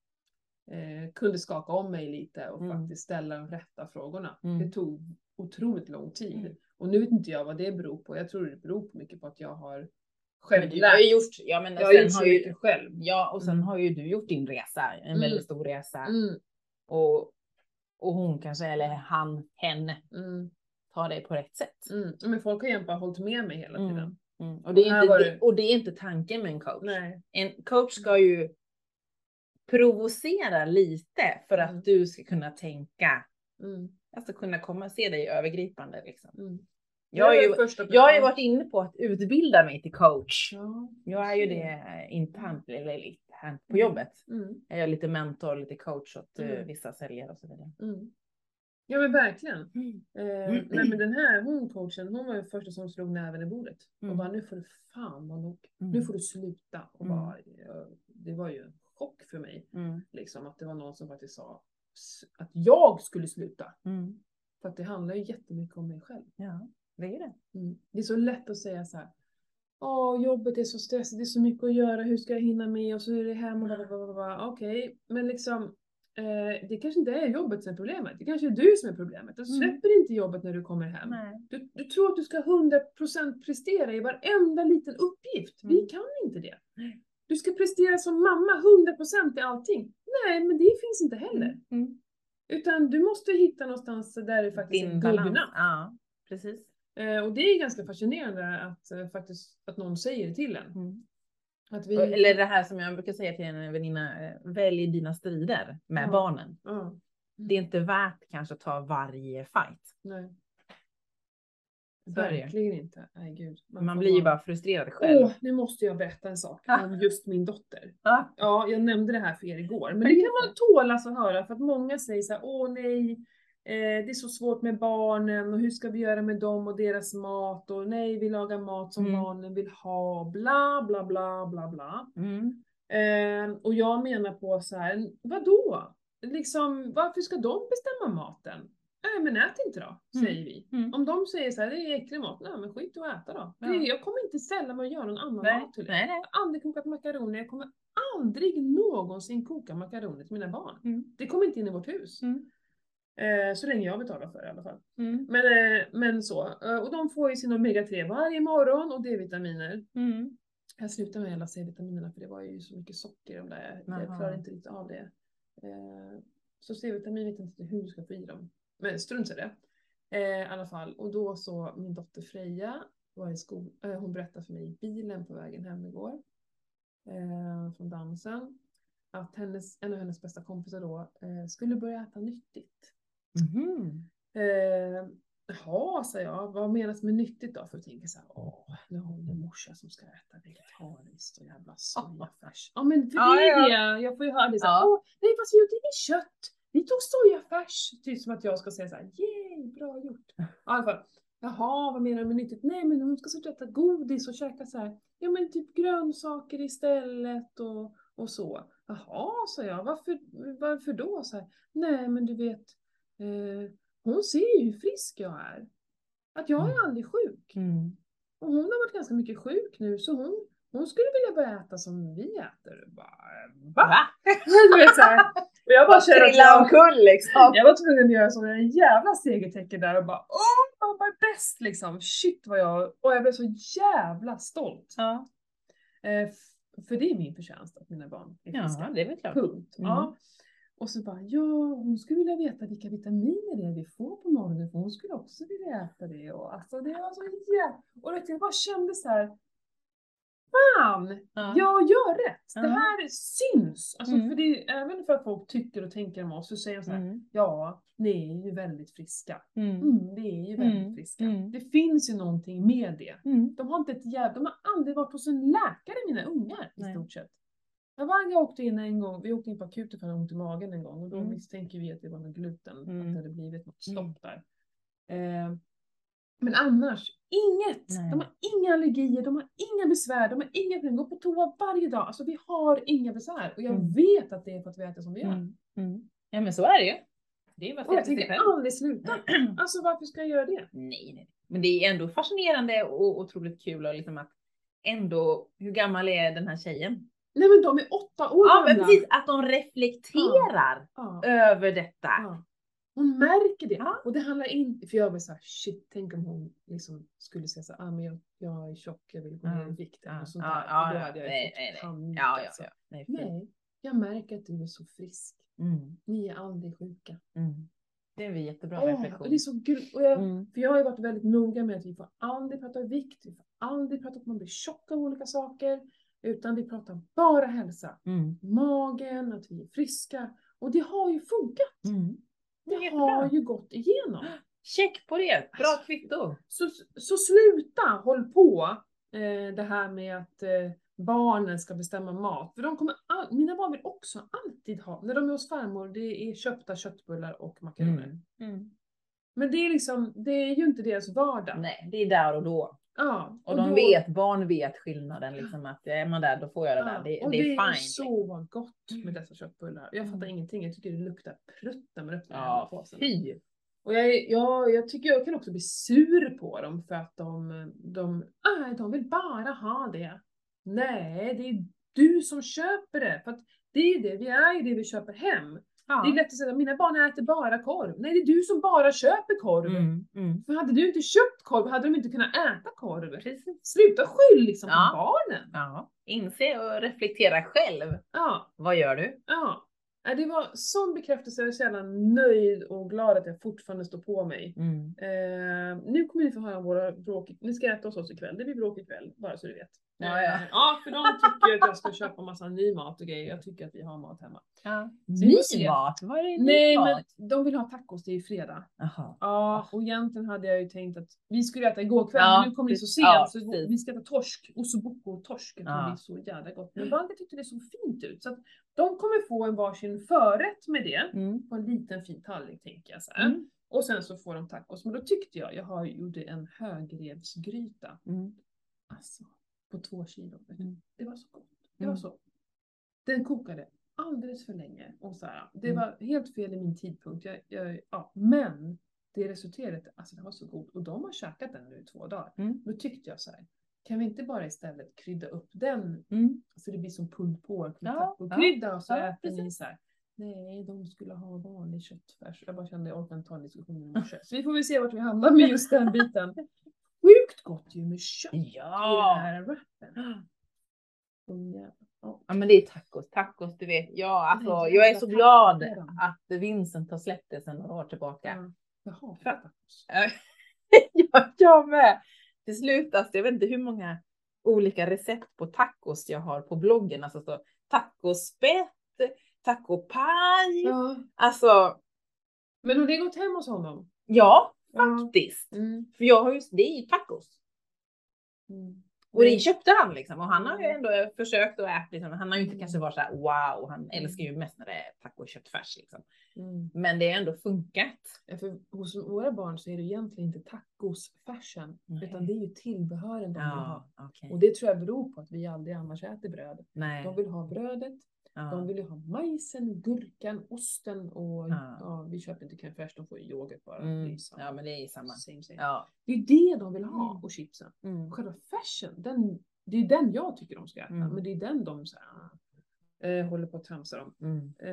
kunde skaka om mig lite och faktiskt ställa de rätta frågorna. Det tog otroligt lång tid. Och nu vet inte jag vad det beror på. Jag tror det beror på mycket på att jag har själv jag har gjort, jag har gjort så mycket själv. Ja, och sen har ju du gjort din resa, en väldigt stor resa. Och hon kanske, eller hen, tar dig på rätt sätt. Men folk har egentligen bara hållit med mig hela tiden. Och det är inte tanken med en coach. Nej. En coach ska ju provocera lite för att du ska kunna tänka. Alltså kunna se dig övergripande liksom. Jag har ju varit inne på att utbilda mig till coach. Jag är ju det internt eller lite på jobbet. Jag är lite mentor, lite coach åt vissa säljare och så vidare. Ja men verkligen. Nej, men den här coachen, hon var ju första som slog näven i bordet. Och bara, nu får du fan vara nog. Nu får du sluta. Och bara, det var ju en chock för mig. Liksom, att det var någon som faktiskt sa att jag skulle sluta. För att det handlar ju jättemycket om mig själv. Ja, det är det. Det är så lätt att säga så här. Jobbet är så stressigt, det är så mycket att göra, hur ska jag hinna med? Och så är det hemma. Okej, men liksom det kanske inte är jobbet som är problemet. Det kanske är du som är problemet. Du släpper inte jobbet när du kommer hem. Du tror att du ska 100% prestera i varenda liten uppgift. Vi kan inte det. Du ska prestera som mamma 100% i allting. Nej, men det finns inte heller. Utan du måste hitta någonstans där det faktiskt är good enough. Ja, precis. Och det är ganska fascinerande att någon säger det till en. Eller det här som jag brukar säga till en väninna, välj dina strider med barnen. Det är inte värt kanske att ta varje fight. Nej. Verkligen inte. Nej gud. Man blir ju bara frustrerad själv. Nu måste jag berätta en sak om just min dotter. Ja. Ja, jag nämnde det här för er igår. Men det kan man tålas att höra för att många säger så här: åh nej, det är så svårt med barnen och hur ska vi göra med dem och deras mat och nej, vi lagar mat som barnen vill ha, bla bla bla bla bla. Och jag menar på så här, vadå? Liksom, varför ska de bestämma maten? Nej men ät inte då, säger vi. Om de säger så här, det är äcklig mat, nej men skit och äta då. Ja. Jag kommer inte ställa mig och göra någon annan mat till det. Jag har aldrig kokat makaroner, jag kommer aldrig någonsin koka makaroner till mina barn. Det kommer inte in i vårt hus. Så länge jag betalar för det i alla fall. Men så, och de får ju sin omega-3 varje morgon och D-vitaminer. Jag slutade med alla C-vitaminerna för det var ju så mycket socker i de där. Jag klarar inte riktigt av det. Så C-vitamin vet inte hur du ska få i dem. Men strunt i det. I alla fall. Och då så min dotter Freja var i hon berättade för mig i bilen på vägen hem igår. Från dansen. Att en av hennes bästa kompisar då skulle börja äta nyttigt. Jaha, sa jag. Vad menas med nyttigt då? För att tänka så här, nu har hon en morsa som ska äta vegetariskt och jävla sojafärs. Ja men för det är det. Jag får ju höra det så här, nej fast vi gjorde inget kött. Vi tog sojafärs. Typ som att jag ska säga så här, yay, bra gjort. I alla fall, jaha, vad menar du med nyttigt? Nej men hon ska så äta godis och käka så här, ja men typ grönsaker istället och så. Jaha, sa jag, varför då? Så här, nej men du vet, hon ser ju hur frisk jag är. Att jag är aldrig sjuk. Och hon har varit ganska mycket sjuk nu så hon skulle vilja börja äta som vi äter. Va? Du vet så här. Och jag bara kände att jag var tvungen att göra sådana jävla segertecken där och bara jag var bäst liksom. Shit vad och jag blev så jävla stolt. För det är min förtjänst att mina barn är friska. Ja, det är väl klart. Punkt. Ja. Och så bara, hon skulle vilja veta vilka vitaminer det är vi får på morgonen. För hon skulle också vilja äta det. Och alltså det var så och jag bara kände så här, fan, jag gör rätt. Det här syns. Alltså för det, även för att folk tycker och tänker om oss så säger de så här, ja, ni är ju väldigt friska. Det är ju väldigt friska. Det finns ju någonting med det. De har aldrig varit hos en läkare, mina ungar, i stort sett. Jag åkte in en gång, vi åkte in på akuten för att ha ont i magen en gång och då misstänker vi att det var med gluten, att det hade blivit något stopp där. Men annars, inget. Nej. De har inga allergier, de har inga besvär, de har inga problem. Går på toa varje dag. Alltså vi har inga besvär. Och jag vet att det är för att vi äter som vi gör. Ja men så är det ju. Det är bara och jag tänker aldrig sluta. Alltså varför ska jag göra det? Nej. Men det är ändå fascinerande och otroligt kul och liksom att ändå, hur gammal är den här tjejen? Nej men de är 8 år gamla. Ja men precis, att de reflekterar över detta. Hon märker det. Och det handlar inte, för jag var så här, shit, tänk om hon liksom skulle säga så här, men jag är tjock, jag vill gå ner i vikt. Och sånt där. För då hade jag fått panik. Nej, jag märker att du är så frisk. Ni är aldrig sjuka. Det är en jättebra reflektion. Och det är så för jag har ju varit väldigt noga med att vi får aldrig prata vikt, vi får aldrig prata om att man blir tjock av olika saker. Utan vi pratar bara hälsa. Magen, att vi är friska. Och det har ju funkat. Det har ju gått igenom. Check på det. Bra kvitto. Så sluta håll på det här med att barnen ska bestämma mat. För mina barn vill också alltid ha, när de är hos farmor, det är köpta köttbullar och makaroner. Men det är ju inte deras vardag. Nej, det är där och då. Ja, och barn vet skillnaden liksom, att är man där då får jag det där. Det är fine. Det är så gott med dessa köttbullar. Jag fattar ingenting. Jag tycker det luktar prutt när man öppnar påsen. Fy. Och jag tycker jag kan också bli sur på dem för att de vill bara ha det. Nej, det är du som köper det. För att det är det vi köper hem. Det är lätt att säga, mina barn äter bara korv. Nej, det är du som bara köper korv. För hade du inte köpt korv hade de inte kunnat äta korv. Precis. Sluta skyll liksom på barnen. Ja, inse och reflektera själv. Vad gör du? Ja, det var sån bekräftelse. Jag är så jävla nöjd och glad att jag fortfarande står på mig. Nu kommer ni få höra våra bråk. Ni ska äta hos oss ikväll. Det blir bråk ikväll, bara så du vet. Ja, för de tycker att jag ska köpa massa ny mat och grejer. Jag tycker att vi har mat hemma. Ja. Så vi får se. Ny mat? Vad är det Nej, ny men mat? de vill ha tacos, det är ju fredag. Jaha. Ja, och egentligen hade jag ju tänkt att vi skulle äta igår kväll, Ja, men nu kommer det så sent ja, så precis. vi ska äta torsk, ossobuco och torsk. Det kommer Ja. bli så jävla gott. Men Valde tyckte det såg fint ut, så att de kommer få en varsin förrätt med det. På en liten fin tallrik tänker jag så här. Och sen så får de tacos. Men då tyckte jag har gjorde en högrevsgryta. Alltså, på 2 kilo. Det var så gott. Det var så. Den kokade alldeles för länge. Och så här, det var helt fel i min tidpunkt. Men det resultatet, alltså det var så gott. Och de har käkat den nu i 2 dagar. Då tyckte jag så här, kan vi inte bara istället krydda upp den? Så det blir som pulled pork med tacokrydda och så äter ni så här. Nej, de skulle ha vanlig köttfärs. Jag bara kände, jag orkar inte ta en diskussion i morse. Så vi får väl se vart vi hamnar med just den biten. Sjukt gott ju med kött i den här wrappen. Ja men det är tacos. Tacos du vet. Ja alltså jag är så glad att Vincent har släppt det sedan några år tillbaka. Jaha, tacos. Ja, jag med. Till slut alltså, jag vet inte hur många olika recept på tacos jag har på bloggen. Alltså så tacospett, tacopaj. Ja. Alltså. Men har det gått hem hos honom? Ja, faktiskt. För jag har ju, det är ju tacos. Och det köpte han liksom. Och han har ju ändå försökt att äta liksom. Han har ju inte kanske varit så här wow. Han älskar ju mest när det är taco och köttfärs liksom. Men det har ändå funkat. Ja, för hos våra barn så är det egentligen inte tacosfärsen. Utan det är ju tillbehören de vill ha. Okay. Och det tror jag beror på att vi aldrig annars äter bröd. Nej. De vill ha brödet. De vill ju ha majsen, gurkan, osten och vi köper inte crème fraîche, de får ju yoghurt bara. Det är samma. Ja men det är samma. Same. Ja. Det är det de vill ha och chipsen. Själva färsen, det är den jag tycker de ska äta. Men det är den de så här, håller på att tramsa om.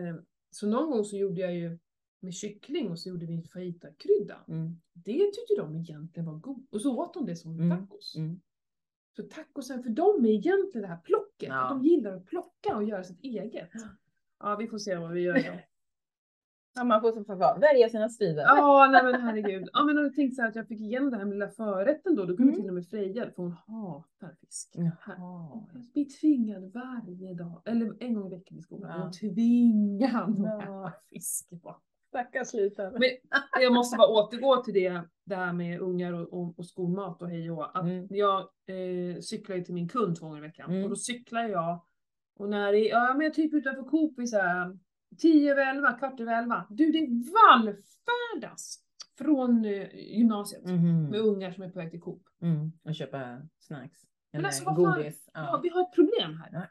Så någon gång så gjorde jag ju med kyckling och så gjorde vi fajita-krydda. Det tyckte de egentligen var god. Och så åt de det som tacos. Så tacosen för dem är egentligen det här plocket. Ja. De gillar att plocka och göra sitt eget. Ja, vi får se vad vi gör då. Ja, man får som sagt välja sina strider. Ja, nej men herregud. Ja, men jag tänkte så här att jag fick igen den här lilla förrätten då. Då kunde till och med Freja, för hon hatar fisk. Jag blir tvingad varje dag. Eller en gång i veckan i skolan. Hon tvingad att äta fisk. Stackars liten. Men jag måste bara återgå till det här med ungar och skolmat och hej och att jag cyklar ju till min kund 2 gånger i veckan. Och då cyklar jag och när det men jag typ utanför Coop i så här 10:11, 10:15. Du, det vallfärdas från gymnasiet med ungar som är på väg till Coop. Och köpa snacks. Men alltså vad godis. Ja, vi har ett problem här.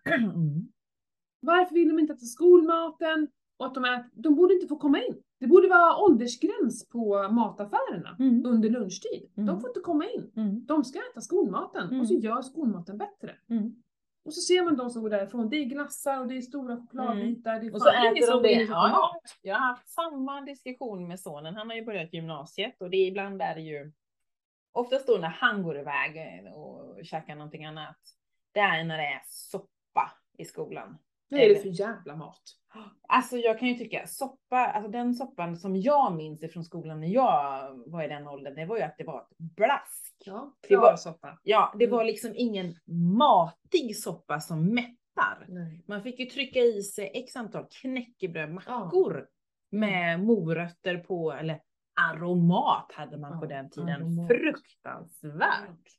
Varför vill de inte äta skolmaten? Och att de borde inte få komma in. Det borde vara åldersgräns på mataffärerna under lunchtid. De får inte komma in. De ska äta skolmaten och så gör skolmaten bättre. Och så ser man de som går därifrån. Det är glassar och det är stora chokladbitar. Det är och så äter de det. Ja, jag har haft samma diskussion med sonen. Han har ju börjat gymnasiet och det är ibland är det ju oftast då när han går iväg och käkar någonting annat. Det är när det är soppa i skolan. Vad är det för jävla mat? Alltså jag kan ju tycka soppa, alltså den soppan som jag minns ifrån skolan när jag var i den åldern, det var ju att det var ett blask. Ja, det var soppa. Ja, det var liksom ingen matig soppa som mättar. Nej. Man fick ju trycka i sig x antal knäckebrödmackor med morötter på, eller aromat hade man på den tiden. Aromat. Fruktansvärt.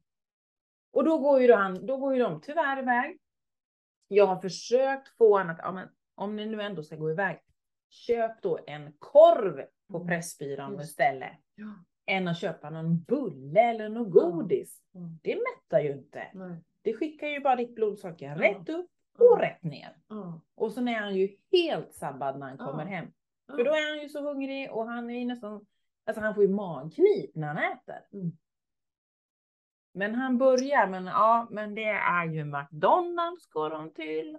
Och då går ju de tyvärr iväg. Jag har försökt få honom att, men om ni nu ändå ska gå iväg, köp då en korv på Pressbyrån istället. Ja. Än att köpa någon bulle eller någon godis. Det mättar ju inte. Nej. Det skickar ju bara ditt blodsocker rätt upp och rätt ner. Och så är han ju helt sabbad när han kommer hem. För då är han ju så hungrig och han är nästan, alltså han får ju magknip när han äter. Men han börjar, men det är ju McDonald's går de till.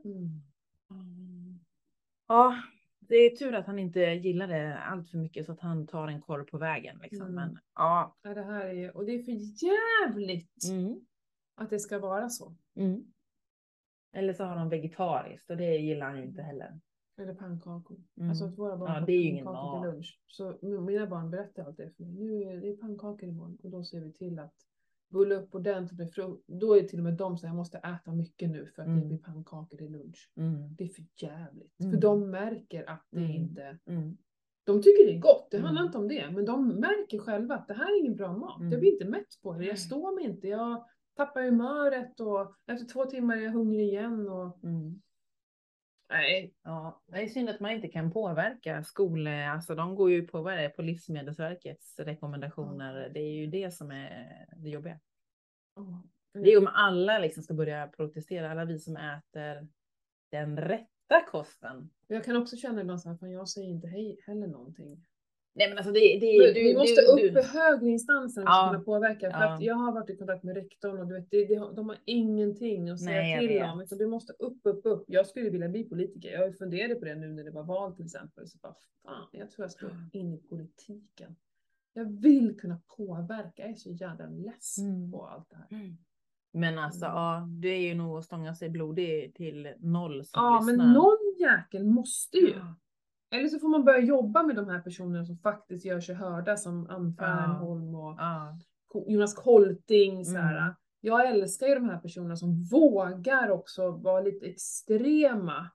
Ja, det är tur att han inte gillar det allt för mycket så att han tar en korv på vägen liksom. Men ja, det här är och det är för jävligt att det ska vara så. Eller så har de vegetariskt och det gillar han ju inte heller. Eller pannkakor. Alltså att våra barn det är ju ingen mat till lunch. Så mina barn berättar alltid för mig. Nu är det pannkakor imorgon och då ser vi till att bulla upp ordentligt med frukt. Då är det till och med de som jag måste äta mycket nu för att det blir pannkakor till lunch. Det är för jävligt. För de märker att det inte... De tycker det är gott, det handlar inte om det. Men de märker själva att det här är ingen bra mat. Jag blir inte mätt på det, jag står mig inte. Jag tappar humöret och efter 2 timmar är jag hungrig igen. Och... Nej. Ja, det är synd att man inte kan påverka alltså de går ju på Livsmedelsverkets rekommendationer. Det är ju det som är det jobbiga. Det är om alla liksom ska börja protestera, alla vi som äter den rätta kosten. Jag kan också känna ibland så här, för jag säger inte hej heller någonting. Nej men alltså vi måste upp i högre instanser för att kunna påverka. För att jag har varit i kontakt med rektorn och du vet, de har ingenting att säga till om. Utan du måste upp. Jag skulle vilja bli politiker. Jag funderade på det nu när det var val till exempel. Så bara, fan, jag tror jag ska in i politiken. Jag vill kunna påverka. Jag är så jävla less på allt det här. Men alltså, du är ju nog att stånga sig blodig till 0 som lyssnar. Men någon jäkel måste ju. Eller så får man börja jobba med de här personerna som faktiskt gör sig hörda, som Ann Fernholm och Jonas Kolting. Så här. Jag älskar ju de här personerna som vågar också vara lite extrema.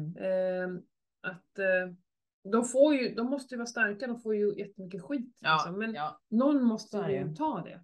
De måste ju vara starka, de får ju jättemycket skit. Liksom. Men någon måste ju ta det.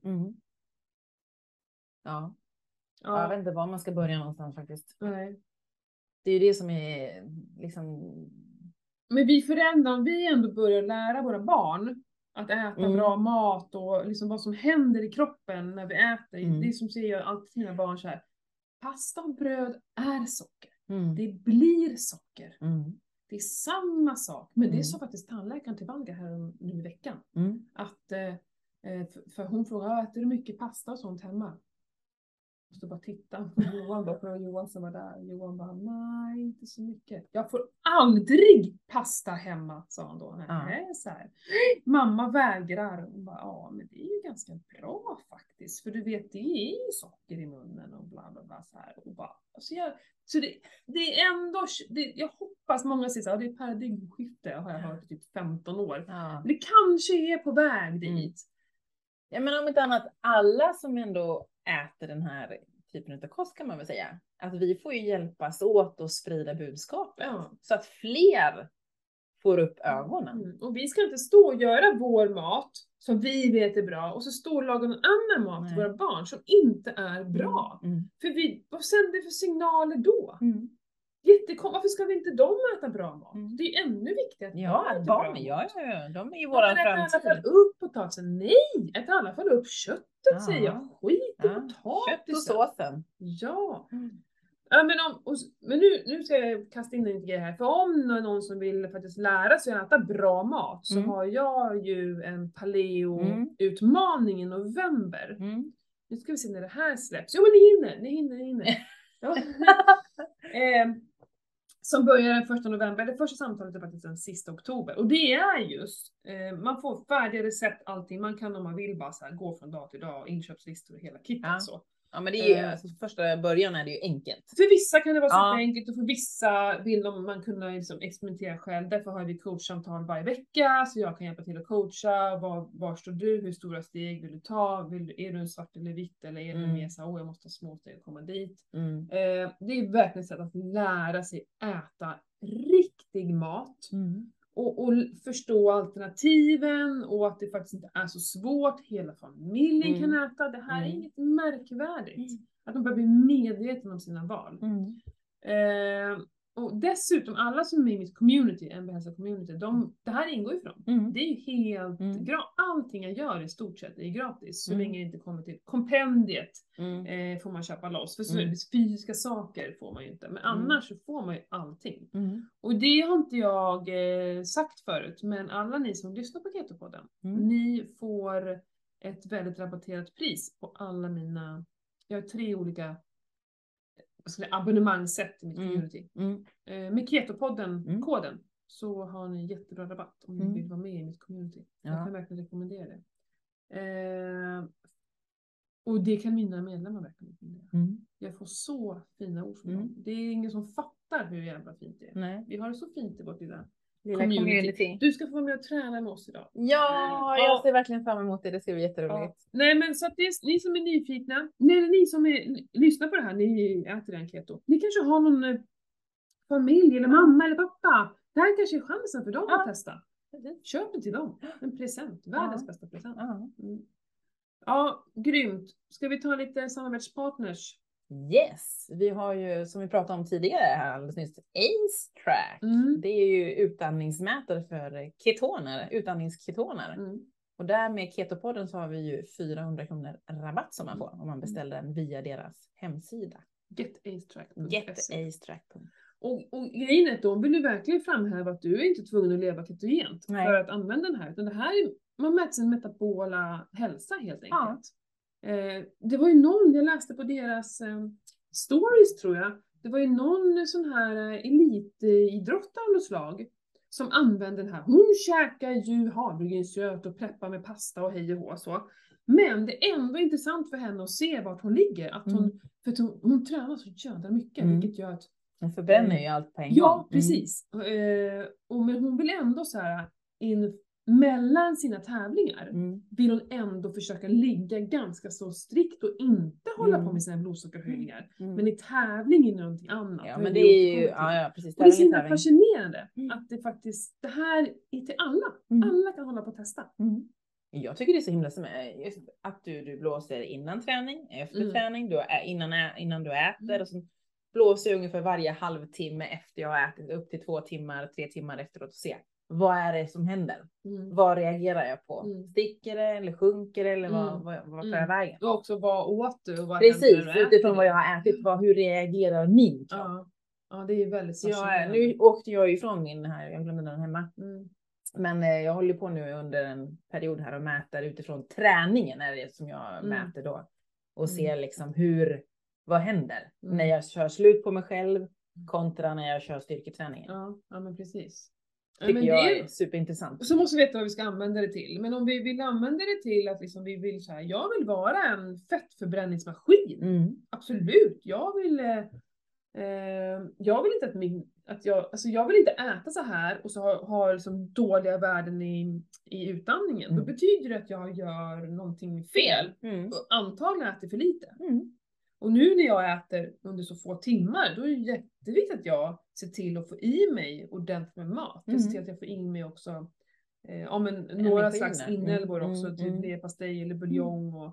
Ja. Jag vet inte var man ska börja någonstans faktiskt. Nej. Det är ju det som är liksom... Men vi föräldrar, om vi ändå börjar lära våra barn att äta bra mat och liksom vad som händer i kroppen när vi äter. Det är som säger alltid till mina barn så här. Pasta och bröd är socker. Det blir socker. Det är samma sak. Men det sa faktiskt tandläkaren till Valga här nu i veckan. Att, för hon frågade, äter du mycket pasta och sånt hemma? Jag måste bara titta på Johan då, för Johan som var där. Johan bara, nej, inte så mycket. Jag får aldrig pasta hemma, sa han då. Nej, så här. Mamma vägrar. Hon bara, ja, men det är ju ganska bra faktiskt. För du vet, det är ju socker i munnen och bla bla bla så här. Och bara, så det är ändå, jag hoppas många säger så här, det är paradigmskifte, har jag hört i typ 15 år. Men det kanske är på väg dit. Ja, men om inte annat, alla som ändå äter den här typen av kost kan man väl säga. Att vi får ju hjälpas åt att sprida budskapet. Så att fler får upp ögonen. Och vi ska inte stå och göra vår mat som vi vet är bra. Och så stå och laga någon annan mat till våra barn som inte är bra. För vad sänder det för signaler då? Varför ska vi inte de äta bra mat? Det är ännu viktigare att barn de är ju våra framtid. Äta i alla fall upp potatisen. Nej, äta i alla fall upp köttet, säger jag. Skit i potatisen. Kött och såsen. Ja. Men nu ska jag kasta in en grej här. För om någon som vill faktiskt lära sig att äta bra mat så har jag ju en paleo-utmaning i november. Nu ska vi se när det här släpps. Jo, men ni hinner. Ja. Som börjar den 1 november. Det första samtalet är faktiskt den sista oktober. Och det är just, man får färdiga recept, allting. Man kan om man vill bara så här, gå från dag till dag, inköpslistor och hela kittet så. Ja, men det är ju, alltså, första början är det ju enkelt. För vissa kan det vara så enkelt och för vissa vill man kunna liksom experimentera själv. Därför har vi coachsamtal varje vecka så jag kan hjälpa till att coacha. Var står du? Hur stora steg vill du ta? Är du en svart eller vitt? Eller är du mer så jag måste ha små steg och komma dit? Det är verkligen ett sätt att lära sig äta riktig mat. Och förstå alternativen och att det faktiskt inte är så svårt. Hela familjen kan äta. Det här är inget märkvärdigt. Att de börjar bli medvetna om sina val. Och dessutom alla som är i mitt community, MB Hälsa Community, det här ingår ju för dem. Det är ju helt gratis. Allting jag gör i stort sett är gratis. Så länge det inte kommer till kompendiet får man köpa loss. För fysiska saker får man ju inte. Men annars så får man ju allting. Och det har inte jag sagt förut. Men alla ni som lyssnar på Keto-podden, ni får ett väldigt rabatterat pris på alla mina... Jag har 3 olika abonnemangssätt i mitt community. Med Keto-podden, koden, så har ni jättebra rabatt om ni vill vara med i mitt community. Jag kan verkligen rekommendera det. Och det kan mina medlemmar verkligen rekommendera. Jag får så fina ord från dem. Det är ingen som fattar hur jävla fint det är. Vi har det så fint i vårt lilla Lilla community. Du ska få vara med och träna med oss idag. Ja, jag ser verkligen fram emot det. Det ska bli jätteroligt. Ja. Nej, men så att det är ni som är nyfikna, ni som lyssnar på det här, ni äter en keto. Ni kanske har någon familj eller mamma eller pappa. Det här kanske är chansen för dem att testa. Köp det till dem. En present. Världens bästa present. Ja, grymt. Ska vi ta lite samarbetspartners? Yes, vi har ju som vi pratade om tidigare här alldeles nyss Ace Track. Det är ju utandningsmätare för ketoner, utandningsketoner. Och där med Ketopodden så har vi ju 400 kronor rabatt som man får om man beställer den via deras hemsida. Getacetrack. Och grejen är att de vill ju verkligen framhäva att du är inte tvungen att leva ketogent för att använda den här. Utan det här är, man mäter sin metabola hälsa helt enkelt. Det var ju någon, jag läste på deras stories tror jag. Det var ju någon sån här elitidrottare av något slag som använde den här. Hon käkar ju havregrynsgröt och preppar med pasta och hej och hå så. Men det är ändå intressant för henne att se vart hon ligger. Att för att hon tränar så jävla mycket, vilket gör att hon förbränner ju allt på en gång. Ja, precis. Men hon vill ändå så här mellan sina tävlingar vill hon ändå försöka ligga ganska så strikt och inte hålla på med sina blodsockerhöjningar. Men i tävling är det någonting annat. Ja, men det är ju, precis. Och det är så himla fascinerande att det faktiskt, det här är till alla. Alla kan hålla på att testa. Jag tycker det är så himla som att du blåser innan träning, efter träning, innan du äter och så blåser jag ungefär varje halvtimme efter jag har ätit upp till 2 timmar, 3 timmar efteråt och se vad är det som händer? Vad reagerar jag på? Sticker det eller sjunker det eller vad tar jag vägen? Och också vad åt du och vad precis, utifrån vad jag har ätit, hur reagerar min kropp? Ja, det är väldigt fascinerande. Nu åkte jag ifrån min här, jag glömde den hemma. Men jag håller på nu under en period här och mäter utifrån träningen är det som jag mäter då. Och ser liksom vad händer när jag kör slut på mig själv kontra när jag kör styrketräningen. Ja men precis. Tycker jag är superintressant. Så måste vi veta vad vi ska använda det till. Men om vi vill använda det till att liksom vi vill så här, jag vill vara en fettförbränningsmaskin. Absolut. Jag vill inte jag vill inte äta så här och så har liksom dåliga värden i utandningen. Då betyder det att jag gör någonting fel. Och antagligen äter för lite. Och nu när jag äter under så få timmar, då är det jätteviktigt att jag ser till att få i mig ordentligt med mat. Jag ser till att jag får in mig också några slags inälvor också, typ leverpastej eller buljong och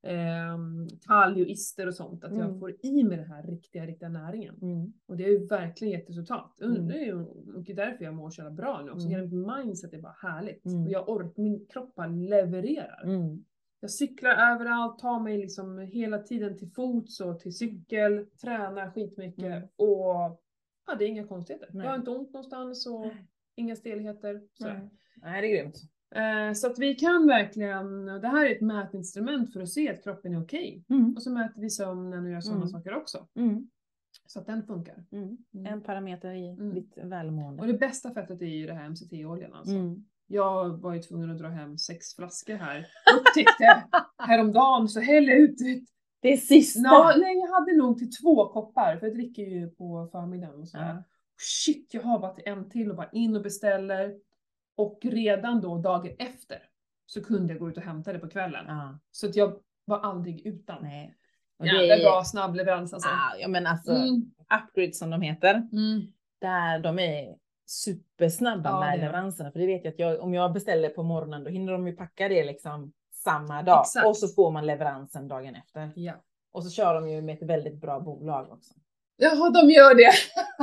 talg och ister och sånt. Att jag får i mig den här riktiga näringen. Och det är ju verkligen gett resultat. Det är ju därför jag mår så jävla bra nu också. Hela mitt mindset är bara härligt. Och min kropp levererar. Jag cyklar överallt, tar mig liksom hela tiden till fots och till cykel, tränar skitmycket och det är inga konstigheter. Jag har inte ont någonstans och inga stelheter. Nej, det är grymt. Så att vi kan verkligen, det här är ett mätinstrument för att se att kroppen är okej. Och så mäter vi sömnen och gör sådana saker också. Så att den funkar. En parameter i ditt välmående. Och det bästa fettet är ju det här MCT-oljan alltså. Jag var ju tvungen att dra hem 6 flaskor här. Upptäckte häromdagen så häller ut det sista. Nej, jag hade nog till 2 koppar. För jag dricker ju på förmiddagen och sådär. Shit, jag har bara till en till och bara in och beställer. Och redan då dagen efter så kunde jag gå ut och hämta det på kvällen. Så att jag var aldrig utan. Nej. Jävla bra snabb leverans alltså. Ja men alltså Upgrade som de heter. Där de är supersnabba med leveranserna. För det vet jag att om jag beställer på morgonen då hinner de ju packa det liksom samma dag. Exakt. Och så får man leveransen dagen efter. Ja. Och så kör de ju med ett väldigt bra bolag också. Jaha, de gör det.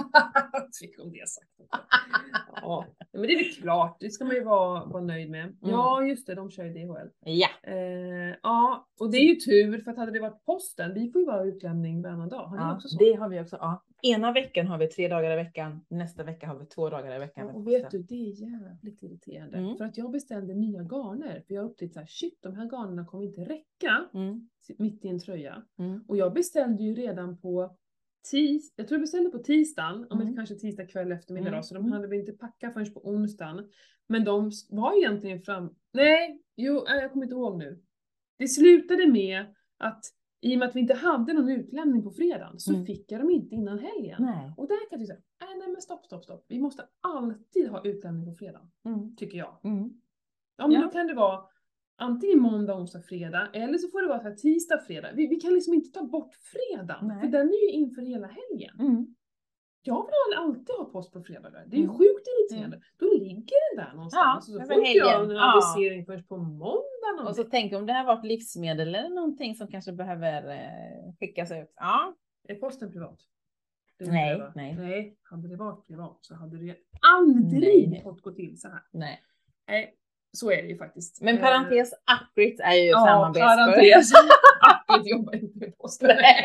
Fick om det sagt. Ja, men det är väl klart. Det ska man ju vara nöjd med. Ja, just det. De kör ju DHL. Ja. Ja, och det är ju tur. För att hade det varit posten, vi får ju vara utlämning varannan dag. Har ni också så? Det har vi också. Ja. Ena veckan har vi 3 dagar i veckan. Nästa vecka har vi 2 dagar i veckan. Och vet du, det är jävligt irriterande. För att jag beställde nya garner. För jag upptäckte så här, shit, de här garnerna kommer inte räcka mitt i en tröja. Och jag beställde ju redan på jag tror jag beställde på tisdagen, kanske tisdag kväll eftermiddag då, så de hade vi inte packat förrän på onsdagen. Men de var egentligen jag kommer inte ihåg nu. Det slutade med att i och med att vi inte hade någon utlämning på fredagen så fick jag dem inte innan helgen. Nej. Och där kan du säga, nej men stopp. Vi måste alltid ha utlämning på fredagen, tycker jag. Ja, men då kan det vara antingen måndag, onsdag, fredag, eller så får det vara så här tisdag, fredag. Vi kan liksom inte ta bort fredagen, för den är ju inför hela helgen. Jag vill alltid ha post på fredagar. Det är ju sjukt irriterande. Då ligger den där någonstans. Ja, och så får inte jag en avisering först på måndagen. Och så tänk om det här varit livsmedel eller någonting som kanske behöver skickas ut. Ja. Är posten privat? Nej. Hade det varit privat så hade det aldrig fått gå till så här. Nej. Så är det ju faktiskt. Men parentes, Upgrit är ju samarbetsföretag. Parentes. Upgrit jobbar inte med posten.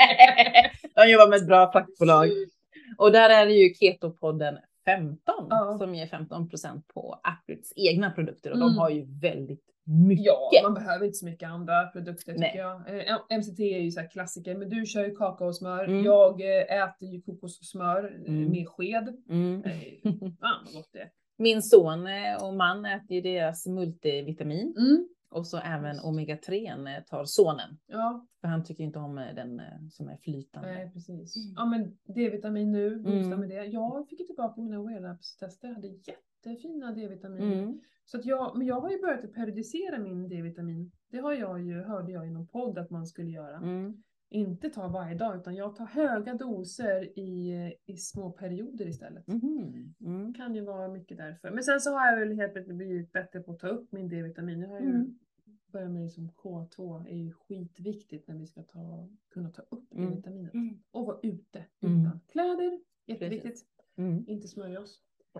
De jobbar med ett bra fackbolag. Och där är det ju Ketopodden 15 som ger 15% på Upgrits egna produkter. Och de har ju väldigt mycket. Ja, man behöver inte så mycket andra produkter tycker jag. MCT är ju så här klassiker, men du kör ju kakaosmör. Jag äter ju kokossmör med sked. Vad gott det är. Min son och man äter ju deras multivitamin. Och så även omega-3 tar sonen. Ja. För han tycker inte om den som är flytande. Nej, precis. Ja, men D-vitamin nu, boostar med det. Jag fick ju tillbaka mina Wearlabs-tester. Jag hade jättefina D-vitamin. Så att jag har ju börjat periodisera min D-vitamin. Det har hörde jag i någon podd att man skulle göra. Inte ta varje dag, utan jag tar höga doser i små perioder istället. Kan ju vara mycket därför. Men sen så har jag väl helt plötsligt blivit bättre på att ta upp min D-vitamin. Jag har ju börjat med som K2 är ju skitviktigt när vi ska kunna ta upp D-vitaminet. Och vara ute utan kläder, jätteviktigt. Inte smörja oss.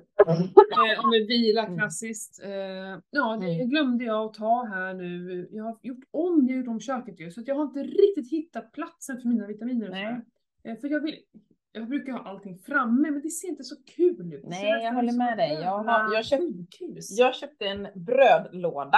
Om vi vila klassiskt. Det glömde jag att ta här nu. Jag har gjort om köket ju, så att jag har inte riktigt hittat platsen för mina vitaminer och så. För jag brukar ha allting framme, men det ser inte så kul ut. Nej, jag håller med dig. Jag köpte en brödlåda.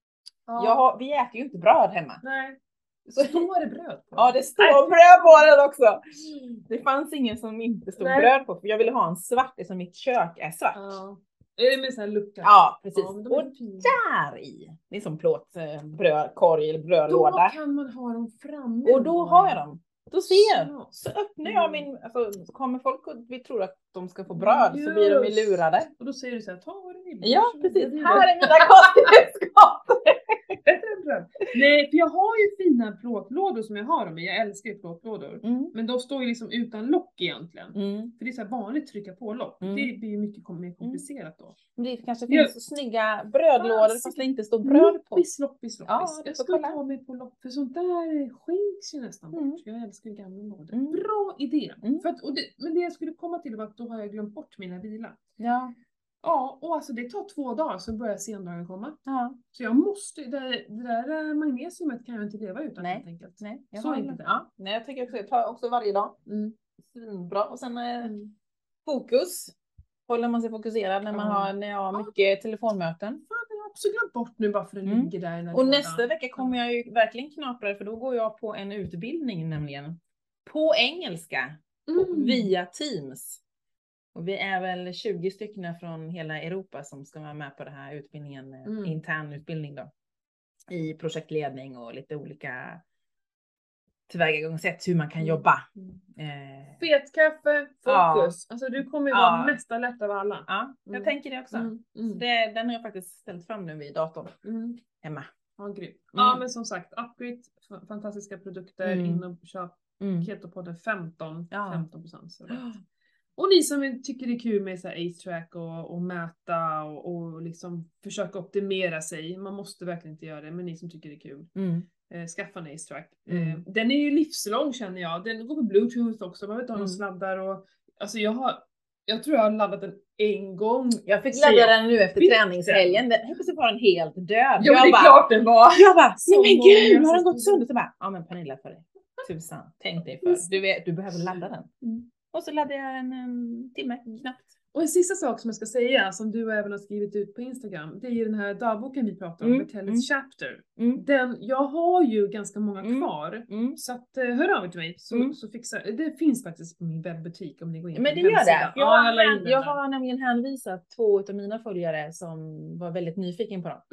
Vi äter ju inte bröd hemma. Nej. Står det bröd på? Ja, det står bröd på den också. Det fanns ingen som inte stod bröd på. För jag ville ha en svart, eftersom mitt kök är svart. Är det med sån här lucka? Ja, precis. Och där i, det är som plåt, brödkorg eller brödlåda. Då kan man ha dem framme. Och då har jag dem. Då ser jag. Så öppnar jag min, så kommer folk och vi tror att de ska få bröd. Så blir de ju lurade. Och då säger du så här, ta vad du vill. Ja, precis. Här är mina kostnadsskap. Nej, för jag har ju fina plåtlådor som jag har dem i. Jag älskar ju plåtlådor. Men de står ju liksom utan lock egentligen. För det är så här vanligt trycka på lock. Det blir ju mycket mer komplicerat då. Men det kanske finns så snygga brödlådor fast det inte står bröd på. Loppis. Ja, jag ska ta mig på lopp. För sånt där skänks ju nästan bort. Jag älskar ju gamla lådor. Bra idé. Men det jag skulle komma till var att då har jag glömt bort mina vila. Ja, och alltså det tar 2 dagar så börjar sendagen komma. Så jag måste, det där magnesiumet kan jag inte leva utan helt enkelt. Nej, så enkelt. Nej, jag tycker också, jag tar också varje dag. Bra. Och sen fokus. Håller man sig fokuserad när man har mycket telefonmöten. Fan, jag har också glömt bort nu bara för det ligger där. Och nästa vecka kommer jag ju verkligen knapra det, för då går jag på en utbildning nämligen. På engelska. Via Teams. Och vi är väl 20 stycken från hela Europa som ska vara med på den här utbildningen, intern utbildning då. I projektledning och lite olika tillvägagångssätt hur man kan jobba. Fetkaffe, fokus. Alltså du kommer ju vara mesta lätt av alla. Ja, jag tänker det också. Den har jag faktiskt ställt fram nu vid datorn hemma. Ja, grymt. Ja, men som sagt, Upgrit, fantastiska produkter, in och köp Ketopodden 15% så rätt. Och ni som tycker det är kul med så här Ace-track och mäta och liksom försöka optimera sig. Man måste verkligen inte göra det, men ni som tycker det är kul. Skaffa en Ace-track. Den är ju livslång känner jag. Den går på Bluetooth också. Man vet inte ha någon sladdar och... Alltså jag tror jag har laddat den en gång. Jag fick ladda den nu efter träningshelgen. Den plötsligt var den helt död. Ja, men det är klart den var. Jag bara, men gud, har den gått sönder? Så bara, ja men Pernilla för dig. Tusan, tänk dig för. Du behöver ladda den. Och så laddade jag en timme knappt. Och en sista sak som jag ska säga, som du även har skrivit ut på Instagram, det är ju den här dagboken vi pratar om, Betellets Chapter. Jag har ju ganska många kvar, så att hör av er till mig, så fixar det. Finns faktiskt på min webbutik om ni går in på men det gör det. Jag har nämligen hänvisat 2 av mina följare som var väldigt nyfiken på dem.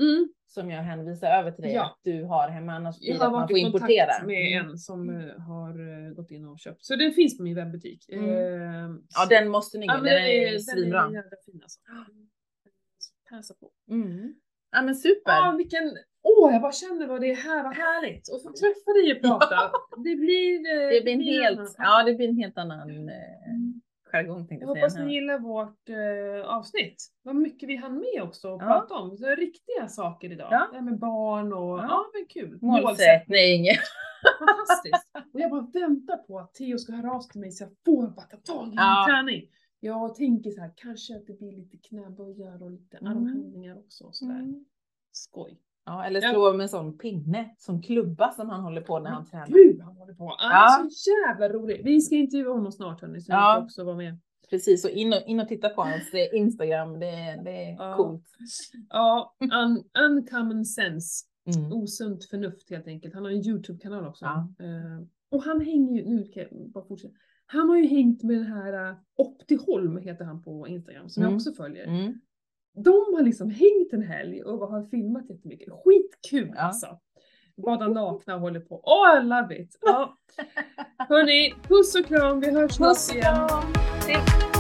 som jag hänvisar över till dig att du har hemma, annars blir jag det har att man varit får i importera. kontakt med en som har gått in och köpt. Så den finns på min webbutik. Ja, den måste ni gå. Ja, Den är svinbra. Den är jävla fin alltså. Passa på. Ja men super. Ja, jag bara känner vad det är här, vad härligt. Och få träffa dig och prata. Det blir en helt annan jargong, tänkte jag hoppas ni gillar vårt avsnitt. Vad mycket vi hann med också att prata om. Så riktiga saker idag. Det här med barn och men kul. Målsättning. Fantastiskt. Och jag bara väntar på att Theo ska höra av sig till mig så jag får bara ta tag i min träning. Jag tänker så här, kanske att det blir lite knäböjar och lite armhävningar också. Skoj. Ja, eller slå med en sån pinne, som klubba som han håller på när han tränar. Gud, han håller på. Han är så jävla rolig. Vi ska intervjua honom snart, hörni, så han får också vara med. Precis, och in och titta på hans Instagram, det är coolt. Ja, uncommon sense. Osunt förnuft helt enkelt. Han har en YouTube-kanal också. Och han hänger ju, nu kan jag bara fortsätta. Han har ju hängt med den här Optiholm heter han på Instagram, som jag också följer. De har liksom hängt en helg och har filmat jättemycket. Skitkul alltså. Bada nakna och håller på. I love it. Ja. Hörni, puss och kram. Vi hörs snart igen. Hej.